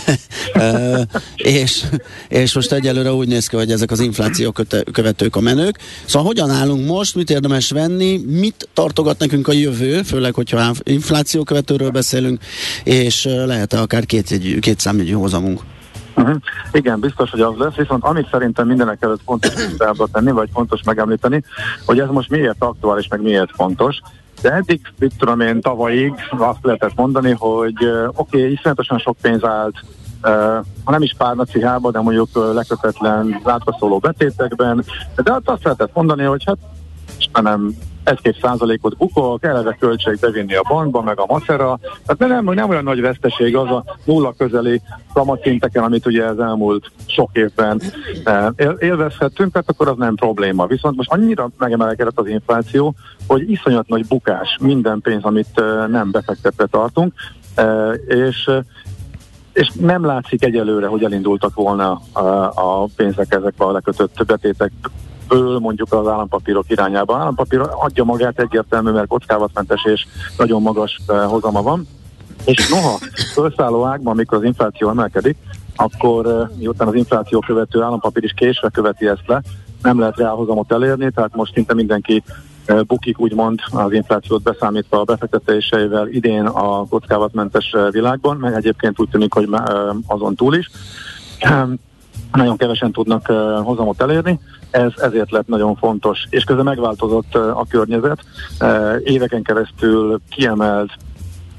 és most egyelőre úgy néz ki, hogy ezek az infláció követők a menők. Szóval hogyan állunk most, mit érdemes venni, mit tartogat nekünk a jövő, főleg, hogyha infláció követőről beszélünk, és lehet-e akár két számjegyű hozamunk? Igen, biztos, hogy az lesz, viszont amit szerintem mindenek előtt fontos tisztába tenni, vagy fontos megemlíteni, hogy ez most miért aktuális, meg miért fontos. De eddig, mit tudom én, tavalyig azt lehetett mondani, hogy oké, iszonyatosan sok pénz állt, ha nem is párnacihában, de mondjuk lekötetlen látkaszóló betétekben, de azt lehetett mondani, hogy hát nem 1-2% bukol, eleve költség bevinni a bankba, meg a macera, tehát nem olyan nagy veszteség az a nulla közeli kamatszinteken, amit ugye az elmúlt sok évben élvezhettünk, tehát akkor az nem probléma. Viszont most annyira megemelkedett az infláció, hogy iszonyat nagy bukás minden pénz, amit nem befektetve tartunk, és nem látszik egyelőre, hogy elindultak volna a pénzek ezekbe a lekötött betétekből mondjuk az állampapírok irányába. Az állampapír adja magát egyértelmű, mert kockávatmentes és nagyon magas hozama van. És noha felszálló ágban, amikor az infláció emelkedik, akkor miután az infláció követő állampapír is késve követi ezt le, nem lehet reálhozamot elérni, tehát most szinte mindenki bukik úgymond az inflációt beszámítva a befektetéseivel idén a kockávatmentes világban, meg egyébként úgy tűnik, hogy azon túl is. Nagyon kevesen tudnak hozamot elérni, ezért lett nagyon fontos, és közben megváltozott a környezet, éveken keresztül kiemelt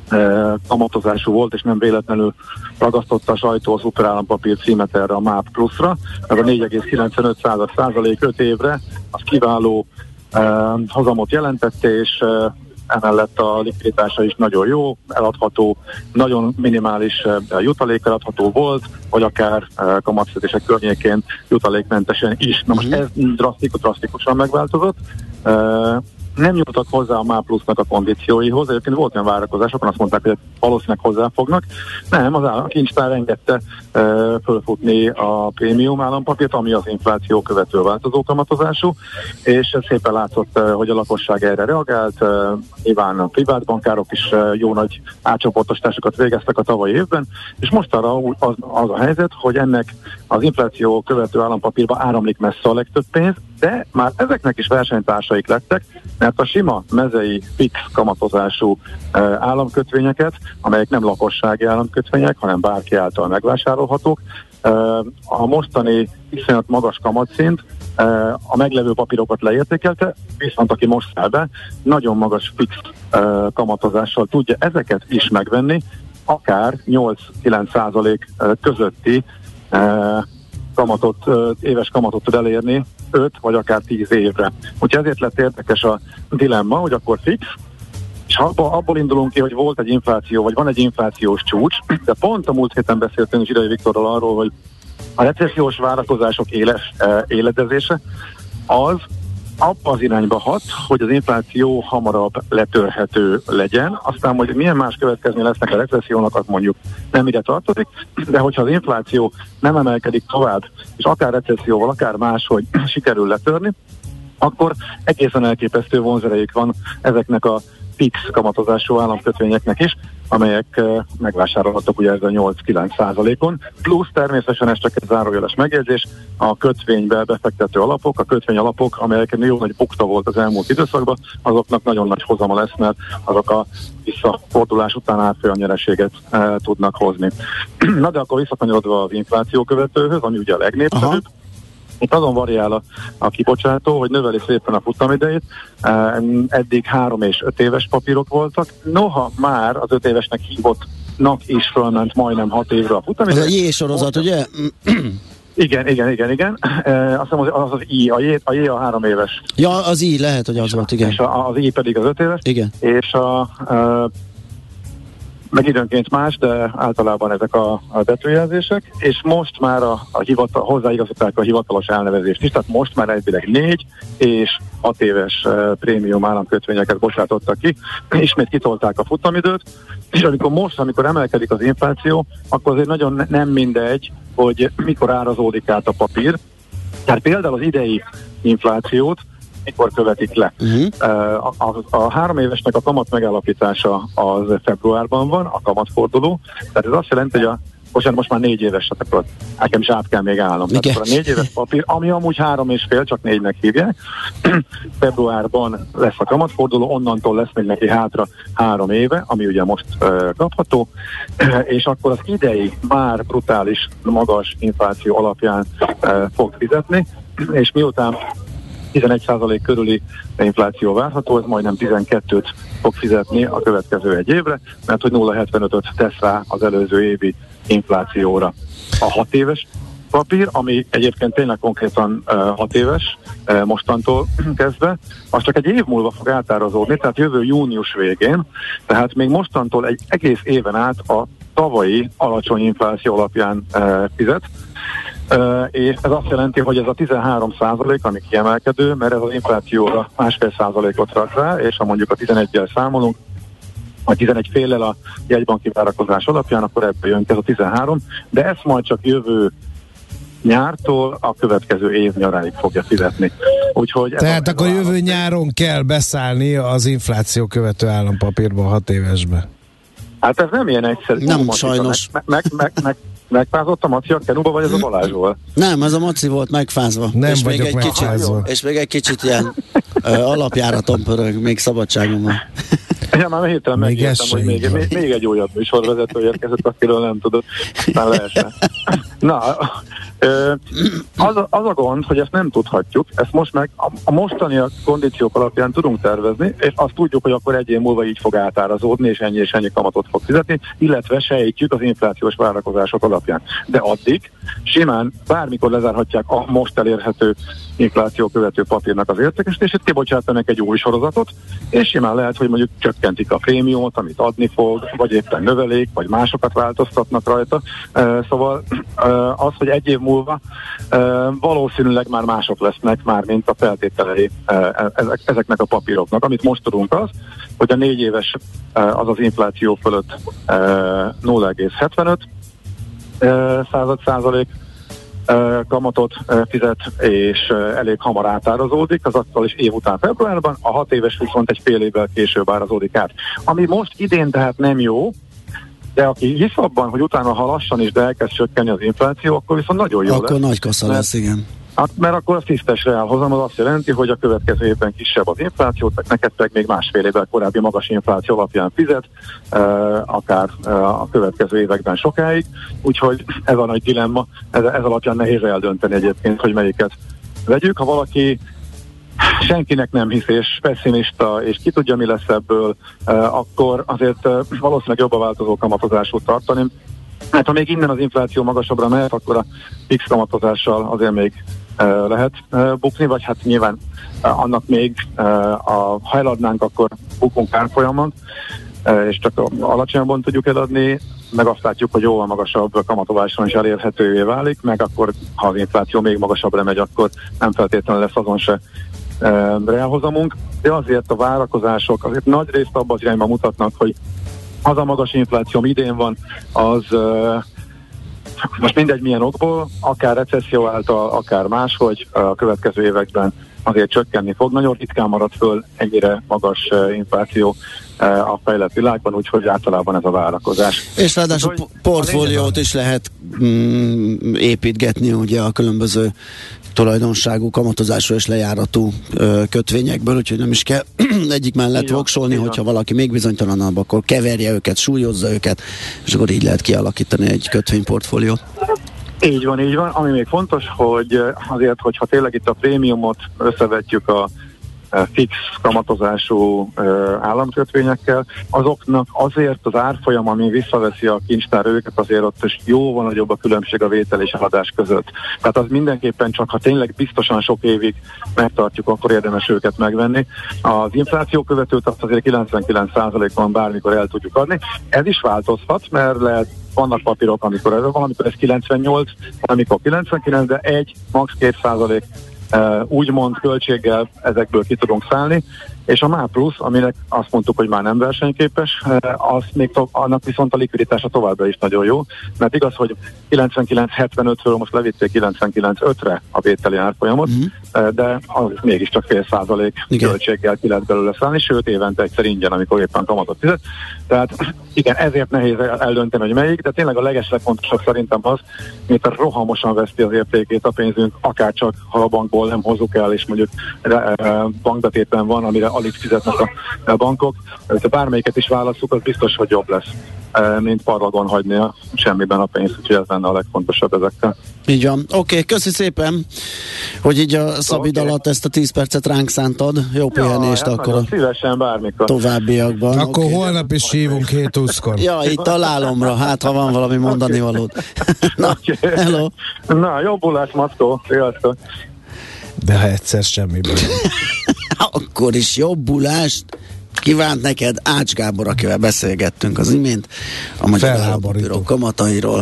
kamatozású volt, és nem véletlenül ragasztotta a sajtó a szuperállampapír címet erre a MÁP pluszra. Ez a 4,95% 5 évre, az kiváló hozamot jelentette, és emellett a likviditása is nagyon jó, eladható, nagyon minimális jutalék eladható volt, vagy akár kamatfizetések környékén jutalékmentesen is. Na most ez drasztikusan megváltozott. Nem jutottak hozzá a MÁ plusznak a kondícióihoz, egyébként volt olyan várakozásokon, azt mondták, hogy valószínűleg hozzáfognak. Nem, a kincstár engedte fölfutni a prémium állampapírt, ami az infláció követő változó kamatozású, és szépen látszott, hogy a lakosság erre reagált. Nyilván a privát bankárok is jó nagy átcsoportosításokat végeztek a tavalyi évben, és most arra az a helyzet, hogy ennek az infláció követő állampapírba áramlik messze a legtöbb pénz, de már ezeknek is versenytársaik lettek, mert a sima mezei fix kamatozású államkötvényeket, amelyek nem lakossági államkötvények, hanem bárki által megvásárolhatók, a mostani iszonyat magas kamatszint a meglevő papírokat leértékelte, viszont aki most száll be, nagyon magas fix kamatozással tudja ezeket is megvenni, akár 8-9% közötti éves kamatot tud elérni 5 vagy akár 10 évre. Úgyhogy ezért lett érdekes a dilemma, hogy akkor fix, és abból indulunk ki, hogy volt egy infláció, vagy van egy inflációs csúcs, de pont a múlt héten beszéltünk Zsidai Viktorral arról, hogy a recessziós várakozások éledezése az abba az irányba hat, hogy az infláció hamarabb letörhető legyen. Aztán, hogy milyen más következmény lesznek a recessziónak, az mondjuk nem ide tartozik, de hogyha az infláció nem emelkedik tovább, és akár recesszióval, akár máshogy sikerül letörni, akkor egészen elképesztő vonzerejük van ezeknek a fix kamatozású államkötvényeknek is, amelyek megvásárolhatók ugye ez a 8-9%-on. Plusz természetesen ez csak egy zárójeles megjegyzés, a kötvénybe befektető alapok, a kötvényalapok, amelyeken jó nagy bukta volt az elmúlt időszakban, azoknak nagyon nagy hozama lesz, mert azok a visszafordulás után átfolyam nyereséget tudnak hozni. Na de akkor visszakanyarodva az infláció követőhöz, ami ugye a legnépszerűbb. Itt azon variál a kibocsátó, hogy növeli szépen a futamidejét. Eddig 3 és 5 éves papírok voltak. Noha már az 5 évesnek hívottnak is fölment majdnem 6 évre a futamidej. Ez a J-sorozat, ugye? Igen. Azt hiszem az I, a J a 3 éves. Ja, az I lehet, hogy az volt, igen. És az I pedig az 5 éves. Igen. És meg időnként más, de általában ezek a betűjelzések, és most már hozzáigazították a hivatalos elnevezést is, tehát most már elvileg 4 és 6 éves prémium államkötvényeket bocsátottak ki, ismét kitolták a futamidőt, és amikor emelkedik az infláció, akkor azért nagyon nem mindegy, hogy mikor árazódik át a papír. Tehát például az idei inflációt mikor követik le. A 3 évesnek a kamat megállapítása az februárban van, a kamatforduló, tehát ez azt jelenti, hogy most már 4 éves, tehát akkor nekem is át kell még állnom. Tehát akkor a 4 éves papír, ami amúgy 3,5, csak 4-nek hívják, februárban lesz a kamatforduló, onnantól lesz még neki hátra 3 éve, ami ugye most kapható, és akkor az idei már brutális, magas infláció alapján fog fizetni, és miután 11% körüli infláció várható, ez majdnem 12-t fog fizetni a következő egy évre, mert hogy 0,75-öt tesz rá az előző évi inflációra. A 6 éves papír, ami egyébként tényleg konkrétan 6 éves mostantól kezdve, az csak egy év múlva fog átárazódni, tehát jövő június végén, tehát még mostantól egy egész éven át a tavalyi alacsony infláció alapján fizet, és ez azt jelenti, hogy ez a 13%, ami kiemelkedő, mert ez az inflációra 1,5%-ot rak rá, és ha mondjuk a 11-jel számolunk, vagy 11 féllel a jegybanki várakozás alapján, akkor ebből jön ez a 13, de ezt majd csak jövő nyártól a következő év nyaráig fogja fizetni. Úgyhogy tehát akkor jövő nyáron kell beszállni az infláció követő állampapírba 6 évesbe. Hát ez nem ilyen egyszerű. Nem, sajnos. Megfázott a Maci a kenuba, vagy ez a Balázs volt? Nem, ez a Maci volt megfázva. Nem és vagyok megfázva. És még egy kicsit ilyen alapjáraton pörög, még szabadságom van. Ja, már hirtelen megértem, hogy még egy újabb műsorvezető érkezett, akiről nem tudod, aztán leesett. Na, Az a gond, hogy ezt nem tudhatjuk, ezt most meg a mostani kondíciók alapján tudunk tervezni, és azt tudjuk, hogy akkor egy év múlva így fog átárazódni, és ennyi kamatot fog fizetni, illetve sejtjük az inflációs várakozások alapján. De addig simán bármikor lezárhatják a most elérhető infláció követő papírnak az értékesítését, kibocsátanak egy új sorozatot, és simán lehet, hogy mondjuk csökkentik a prémiumot, amit adni fog, vagy éppen növelik, vagy másokat változtatnak rajta. Szóval az, hogy egy év múlva valószínűleg már mások lesznek már, mint a feltételei ezeknek a papíroknak. Amit most tudunk az, hogy a 4 éves az infláció fölött 0,75 százalék kamatot fizet, és elég hamar átárazódik, az attól is év után februárban, a 6 éves viszont egy fél évvel később árazódik át. Ami most idén tehát nem jó, de aki hisz abban, hogy utána ha lassan is, de elkezd csökkenni az infláció, akkor viszont nagyon jó lesz. Akkor nagy kassa lesz, igen. Mert akkor a tisztes reálhozam az azt jelenti, hogy a következő évben kisebb az infláció, neked meg még másfél évvel korábbi magas infláció alapján fizet, akár a következő években sokáig. Úgyhogy ez a nagy dilemma, ez alapján nehéz eldönteni egyébként, hogy melyiket vegyük. Ha valaki senkinek nem hisz, és pessimista, és ki tudja, mi lesz ebből, akkor azért valószínűleg jobb a változó kamatozásút tartani. Hát ha még innen az infláció magasabbra mehet, akkor a fix kamatozással azért még lehet bukni, vagy hát nyilván annak még, ha eladnánk, akkor bukunk árfolyamon, és csak alacsonyabban tudjuk eladni, meg azt látjuk, hogy jóval magasabb kamatozáson is elérhetővé válik, meg akkor, ha az infláció még magasabbra megy, akkor nem feltétlenül lesz azon se reálhozamunk, de azért a várakozások azért nagy részt abban az irányban mutatnak, hogy az a magas infláció, ami idén van, az most mindegy milyen okból, akár recesszió által, akár máshogy a következő években azért csökkenni fog. Nagyon ritkán marad föl ennyire magas infláció a fejlett világban, úgyhogy általában ez a várakozás. És ráadásul portfóliót is lehet építgetni ugye a különböző tulajdonságú, kamatozású és lejáratú kötvényekből, úgyhogy nem is kell egyik mellett voksolni, hogyha valaki még bizonytalanabb, akkor keverje őket, súlyozza őket, és akkor így lehet kialakítani egy kötvényportfóliót. Így van. Ami még fontos, hogy azért, hogyha tényleg itt a prémiumot összevetjük a fix kamatozású államkötvényekkel, azoknak azért az árfolyam, ami visszaveszi a kincstár őket, azért ott is jóval nagyobb a különbség a vétel és eladás között. Tehát az mindenképpen csak, ha tényleg biztosan sok évig megtartjuk, akkor érdemes őket megvenni. Az infláció követőt azt azért 99%-ban bármikor el tudjuk adni. Ez is változhat, mert lehet vannak papírok, amikor ez van, amikor ez 98, amikor 99, de 1, max. 2% úgymond költséggel ezekből ki tudunk szállni, és a MÁ Plusz, aminek azt mondtuk, hogy már nem versenyképes, annak viszont a likviditása továbbra is nagyon jó, mert igaz, hogy 99,75-ről most levitték 99,5-re a vételi árfolyamot, de az mégiscsak fél százalék költséggel ki lehet belőle szállni, sőt évente egyszer ingyen, amikor éppen kamatot fizet. Tehát igen, ezért nehéz eldönteni, hogy melyik, de tényleg a legeslegfontosabb szerintem az, mint a rohamosan veszti az értékét a pénzünk, akárcsak ha a bankból nem hozzuk el, és mondjuk bankbetétben van, amire alig fizetnek a bankok. Ha bármelyiket is válasszuk, az biztos, hogy jobb lesz, mint parlagon hagyni a semmiben a pénzt, úgyhogy ez lenne a legfontosabb ezekkel. Így van. Oké, köszi szépen, hogy így a szabid alatt ezt a 10 percet ránk szántad. Jó pihenést hát akkor. Szívesen bármikor. Továbbiakban. Akkor holnap is hívunk 7:20-kor. Ja, itt találomra, hát ha van valami mondani valód. Na, hello. Na, jobbulás, Mackó. Sziasztok. De ha egyszer semmiben. Akkor is jobbulást kívánt neked Ács Gábor, akivel beszélgettünk az imént a Magyar Állampapírok kamatairól,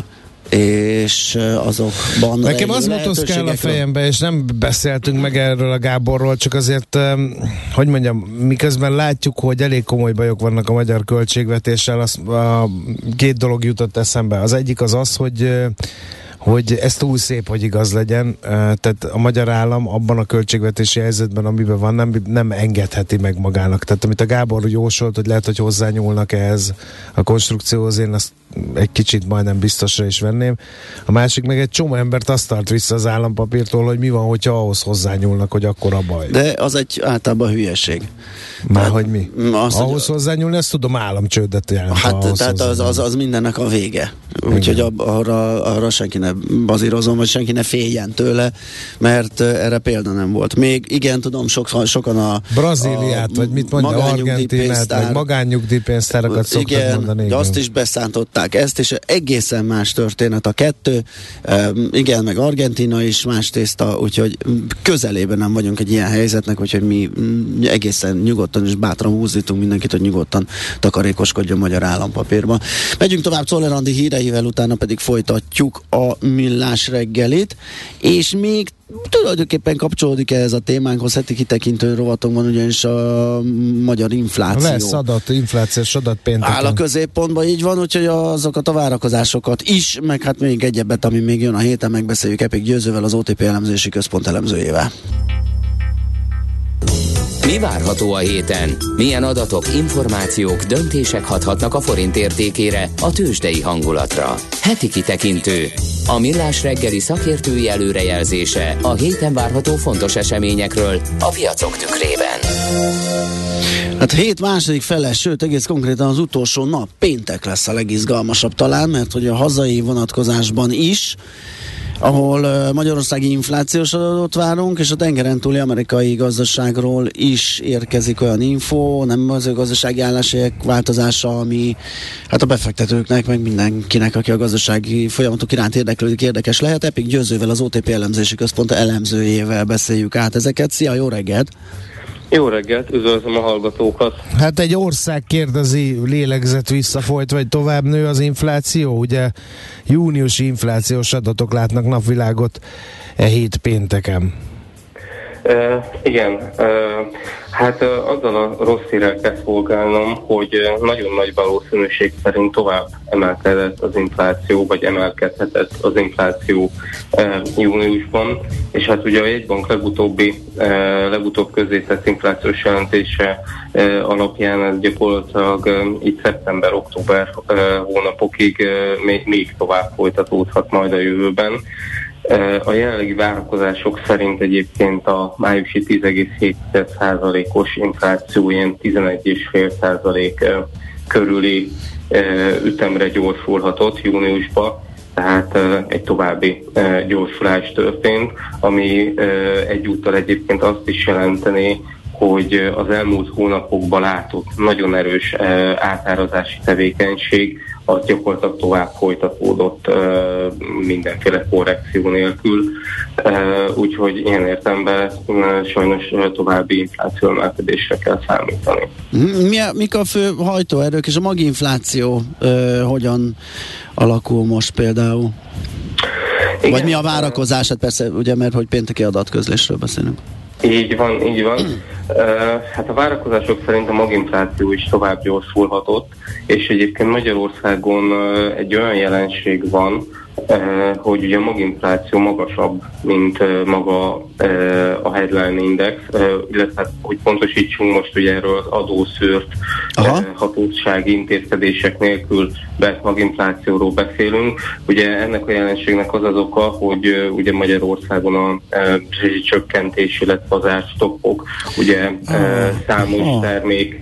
és azokban nekem az motoszkál a fejembe, és nem beszéltünk meg erről a Gáborról, csak azért, hogy mondjam, miközben látjuk, hogy elég komoly bajok vannak a magyar költségvetéssel, két dolog jutott eszembe. Az egyik az, hogy ez túl szép, hogy igaz legyen, tehát a magyar állam abban a költségvetési helyzetben, amiben van, nem engedheti meg magának. Tehát amit a Gábor jósolt, hogy lehet, hogy hozzányúlnak ehhez a konstrukcióhoz, én azt egy kicsit majdnem biztosra is venném. A másik meg egy csomó embert azt tart vissza az állampapírtól, hogy mi van, hogyha ahhoz hozzányúlnak, hogy akkor a baj. De az egy általában hülyeség. Már hogy mi? Ahhoz hozzányúlni, ezt tudom, államcsődet jelent. Hát tehát az mindennek a vége. Úgyhogy arra senki ne bazírozom, vagy senki ne féljen tőle, mert erre példa nem volt. Még igen, tudom, sokan a Brazíliát, vagy mit mondja, Argentinát, vagy magánnyugdíjpénztárakat szoktak mondani. Igen, azt is beszántották ezt, és egészen más történet a kettő. Igen, meg Argentina is más tészta, úgyhogy közelében nem vagyunk egy ilyen helyzetnek, úgyhogy mi egészen nyugodtan és bátran húzítunk mindenkit, hogy nyugodtan takarékoskodjon magyar állampapírba. Megyünk tovább Czoller Andi híreivel, utána pedig folytatjuk a Millás reggelit, és még tulajdonképpen kapcsolódik ehhez a témánkhoz, heti kitekintő rovatunkban, ugyanis a magyar infláció. Lesz inflációs adat pénteken. Áll a középpontban, így van, úgyhogy azokat a várakozásokat is, meg hát még egyebet, ami még jön a héten, megbeszéljük Epik Győzővel, az OTP elemzési központ elemzőjével. Mi várható a héten? Milyen adatok, információk, döntések hathatnak a forint értékére, a tőzsdei hangulatra? Heti kitekintő. A Millás reggeli szakértői előrejelzése a héten várható fontos eseményekről a piacok tükrében. Hát hét második fele, sőt egész konkrétan az utolsó nap, péntek lesz a legizgalmasabb talán, mert hogy a hazai vonatkozásban is, ahol magyarországi inflációs adatot várunk, és a tengeren túli amerikai gazdaságról is érkezik olyan info, nem az gazdasági álláshelyek változása, ami hát a befektetőknek, meg mindenkinek, aki a gazdasági folyamatok iránt érdeklődik, érdekes lehet. Epik Győzővel, az OTP elemzési központ elemzőjével beszéljük át ezeket. Szia, jó reggelt! Jó reggelt, üdvözlöm a hallgatókat! Hát egy ország kérdezi, lélegzett visszafolyt, vagy tovább nő az infláció? Ugye júniusi inflációs adatok látnak napvilágot hét pénteken. Igen, hát azzal a rossz hírrel kell szolgálnom, hogy nagyon nagy valószínűség szerint tovább emelkedett az infláció, vagy emelkedhetett az infláció júniusban, és hát ugye a jegybank legutóbb közzétett inflációs jelentése alapján ez gyakorlatilag itt szeptember-október hónapokig még tovább folytatódhat majd a jövőben. A jelenlegi várakozások szerint egyébként a májusi 10,7%-os infláció ilyen 11,5% körüli ütemre gyorsulhatott júniusban, tehát egy további gyorsulás történt, ami egyúttal egyébként azt is jelenteni, hogy az elmúlt hónapokban látott nagyon erős átárazási tevékenység az gyakorlatilag tovább folytatódott mindenféle korrekció nélkül. Úgyhogy ilyen értelemben sajnos további infláció emelkedésre kell számítani. Mik a fő hajtóerők, és a maginfláció hogyan alakul most például? Igen. Vagy mi a várakozás? Hát persze, ugye, mert hogy pénteki adatközlésről beszélünk. Így van. Hát a várakozások szerint a maginfláció is tovább gyorsulhatott, és egyébként Magyarországon egy olyan jelenség van, hogy ugye a maginfláció magasabb, mint maga a headline index, illetve hogy pontosítsunk most ugye erről az adószűrt hatósági intézkedések nélkül vett maginflációról beszélünk. Ugye ennek a jelenségnek az az oka, hogy ugye Magyarországon a csökkentés, illetve az árstoppok ugye számos termék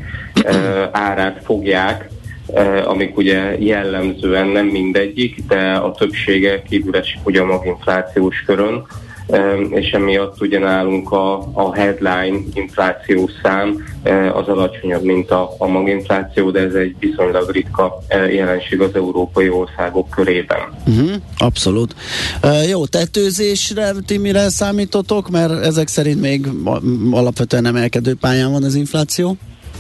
árát fogják, amik ugye jellemzően nem mindegyik, de a többsége kívül esik ugye a maginflációs körön, és emiatt ugye nálunk a headline inflációs szám az alacsonyabb, mint a maginfláció, de ez egy viszonylag ritka jelenség az európai országok körében. Abszolút. Jó, tetőzésre ti mire számítotok, mert ezek szerint még alapvetően emelkedő pályán van az infláció?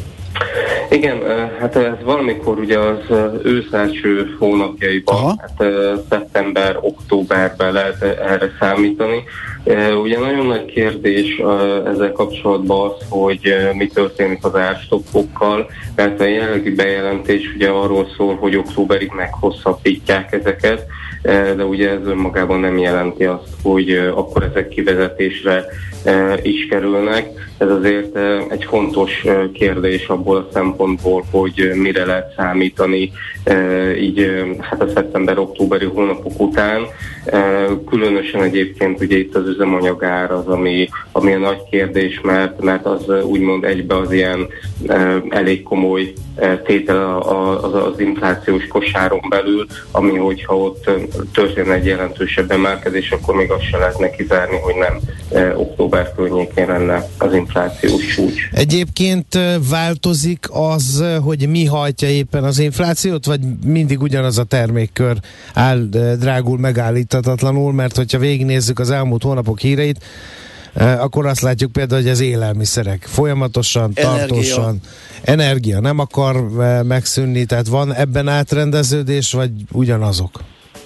Igen, hát ez valamikor ugye az ősz első hónapjaiban, hát szeptember-októberben lehet erre számítani. Ugye nagyon nagy kérdés ezzel kapcsolatban az, hogy mi történik az árstoppokkal, mert a jelenlegi bejelentés ugye arról szól, hogy októberig meghosszabbítják ezeket, de ugye ez önmagában nem jelenti azt, hogy akkor ezek kivezetésre is kerülnek. Ez azért egy fontos kérdés abból a szempontból, szempontból, hogy mire lehet számítani így hát a szeptember-októberi hónapok után. Különösen egyébként ugye itt az üzemanyagár az, ami a nagy kérdés, mert az úgymond egybe az ilyen elég komoly tétel az inflációs kosáron belül, ami hogyha ott történne egy jelentősebb emelkedés, akkor még azt se lehetne kizárni, hogy nem október környékén lenne az inflációs súly. Egyébként változik az, hogy mi hajtja éppen az inflációt, vagy mindig ugyanaz a termékkör áll drágul megállíthatatlanul, mert hogyha végignézzük az elmúlt hónapok híreit, akkor azt látjuk például, hogy az élelmiszerek folyamatosan, tartósan, energia nem akar megszűnni, tehát van ebben átrendeződés, vagy ugyanazok?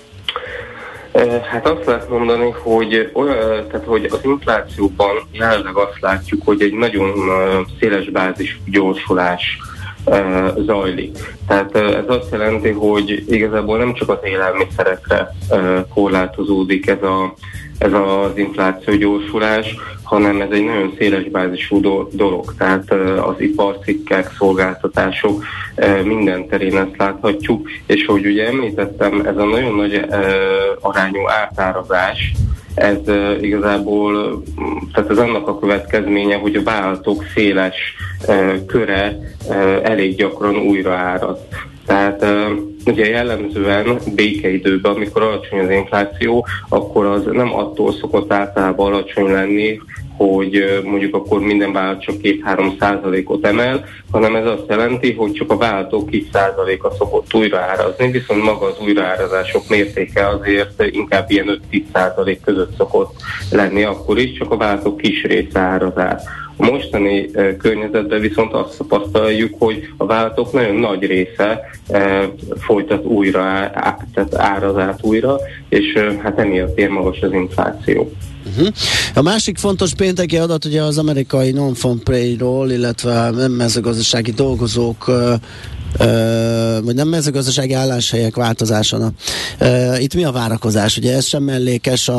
Hát azt lehet mondani, hogy az inflációban jelenleg azt látjuk, hogy egy nagyon széles bázis gyorsulás zajlik. Tehát ez azt jelenti, hogy igazából nem csak az élelmiszerekre korlátozódik ez az infláció gyorsulás, hanem ez egy nagyon széles bázisú dolog. Tehát az iparcikkek, szolgáltatások minden terén ezt láthatjuk, és hogy ugye említettem, ez a nagyon nagy arányú átárazás, ez igazából, tehát ez annak a következménye, hogy a vállalatok széles köre elég gyakran újra áraz. Tehát ugye jellemzően békeidőben, amikor alacsony az infláció, akkor az nem attól szokott általában alacsony lenni, hogy mondjuk akkor minden vállalat csak 2-3% emel, hanem ez azt jelenti, hogy csak a vállalatok 2%-a szokott újraárazni, viszont maga az újraárazások mértéke azért inkább ilyen 5-10% között szokott lenni akkor is, csak a vállalatok kis része áraz át. A mostani környezetben viszont azt tapasztaljuk, hogy a vállalatok nagyon nagy része folytat újra, tehát áraz át újra, és hát emiatt ilyen magas az infláció. A másik fontos pénteki adat ugye az amerikai non-farm payroll, illetve nem mezőgazdasági dolgozók vagy nem mezőgazdasági álláshelyek változása. Itt mi a várakozás? Ugye ez sem mellékes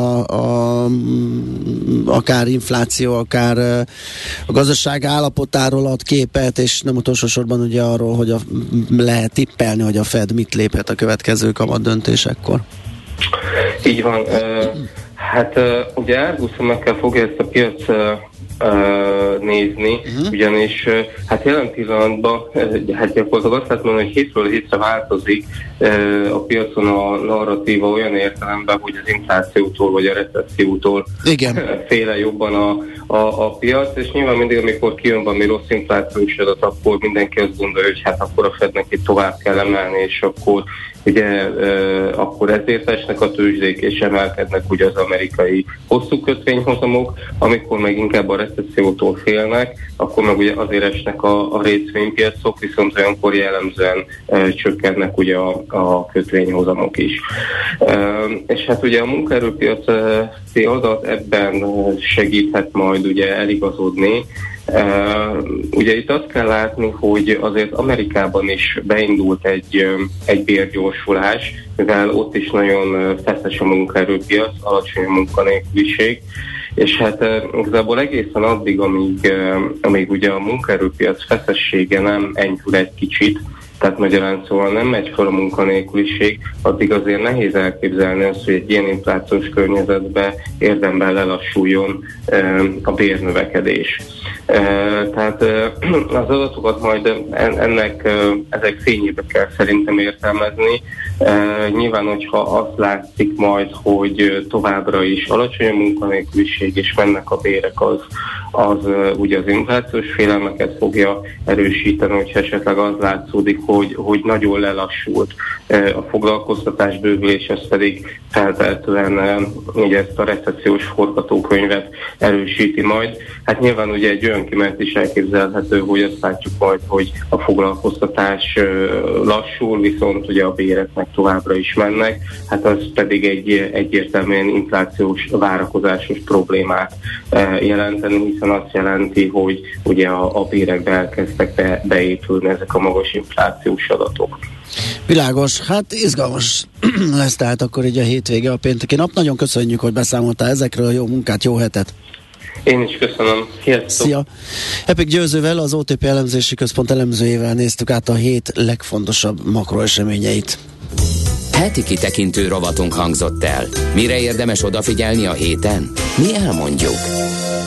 akár infláció, akár a gazdaság állapotáról ad képet, és nem utolsó sorban ugye arról, hogy lehet tippelni, hogy a Fed mit léphet a következő kamat döntésekkor. Így van. Hát ugye árguszemekkel fogja ezt a piac nézni, ugyanis hát jelen pillanatban hát gyakorlatilag azt lehet mondani, hogy hétről hétre változik a piacon a narratíva olyan értelemben, hogy az inflációtól vagy a recessziótól féle jobban a piac, és nyilván mindig, amikor kijön valami rossz inflációs adat, akkor mindenki azt gondolja, hogy hát akkor a Fednek itt tovább kell emelni, és akkor ugye akkor ezért esnek a tőzsdék és emelkednek ugye az amerikai hosszú kötvényhozamok, amikor meg inkább a recessziótól félnek, akkor meg ugye azért esnek a részvénypiacok, viszont olyankor jellemzően csökkennek ugye a kötvényhozamok is. És hát ugye a munkaerőpiaci adat ebben segíthet majd ugye eligazodni. Ugye itt azt kell látni, hogy azért Amerikában is beindult egy bérgyorsulás, mivel ott is nagyon feszes a munkaerőpiac, alacsony a munkanélküliség, és hát igazából egészen addig, amíg ugye a munkaerőpiac feszessége nem enyhül egy kicsit, tehát magyarán szóval nem megy fel a munkanélküliség, addig azért nehéz elképzelni azt, hogy egy ilyen inflációs környezetben érdemben lelassuljon a bérnövekedés. Tehát az adatokat majd ezek fényébe kell szerintem értelmezni. Nyilván, hogyha azt látszik majd, hogy továbbra is alacsony a munkanélküliség és mennek a bérek, az ugye az inflációs félelmeket fogja erősíteni, hogyha esetleg az látszódik, hogy nagyon lelassult a foglalkoztatás bővülés, ez pedig feltehetően ugye ezt a recessziós forgatókönyvet erősíti majd. Hát nyilván ugye egy olyan kimenet is elképzelhető, hogy azt látjuk majd, hogy a foglalkoztatás lassul, viszont ugye a béreknek továbbra is mennek, hát az pedig egy egyértelműen inflációs várakozásos problémát jelenteni, hiszen azt jelenti, hogy ugye a bérekbe elkezdtek beépülni ezek a magas inflációs adatok. Világos, hát izgalmas lesz tehát akkor így a hétvége, a pénteki nap. Nagyon köszönjük, hogy beszámoltál ezekről, jó munkát, jó hetet! Én is köszönöm. Sziasztok. Szia! Epik Győzővel, az OTP elemzési központ elemzőjével néztük át a hét legfontosabb makroeseményeit. Heti kitekintő rovatunk hangzott el. Mire érdemes odafigyelni a héten? Mi elmondjuk.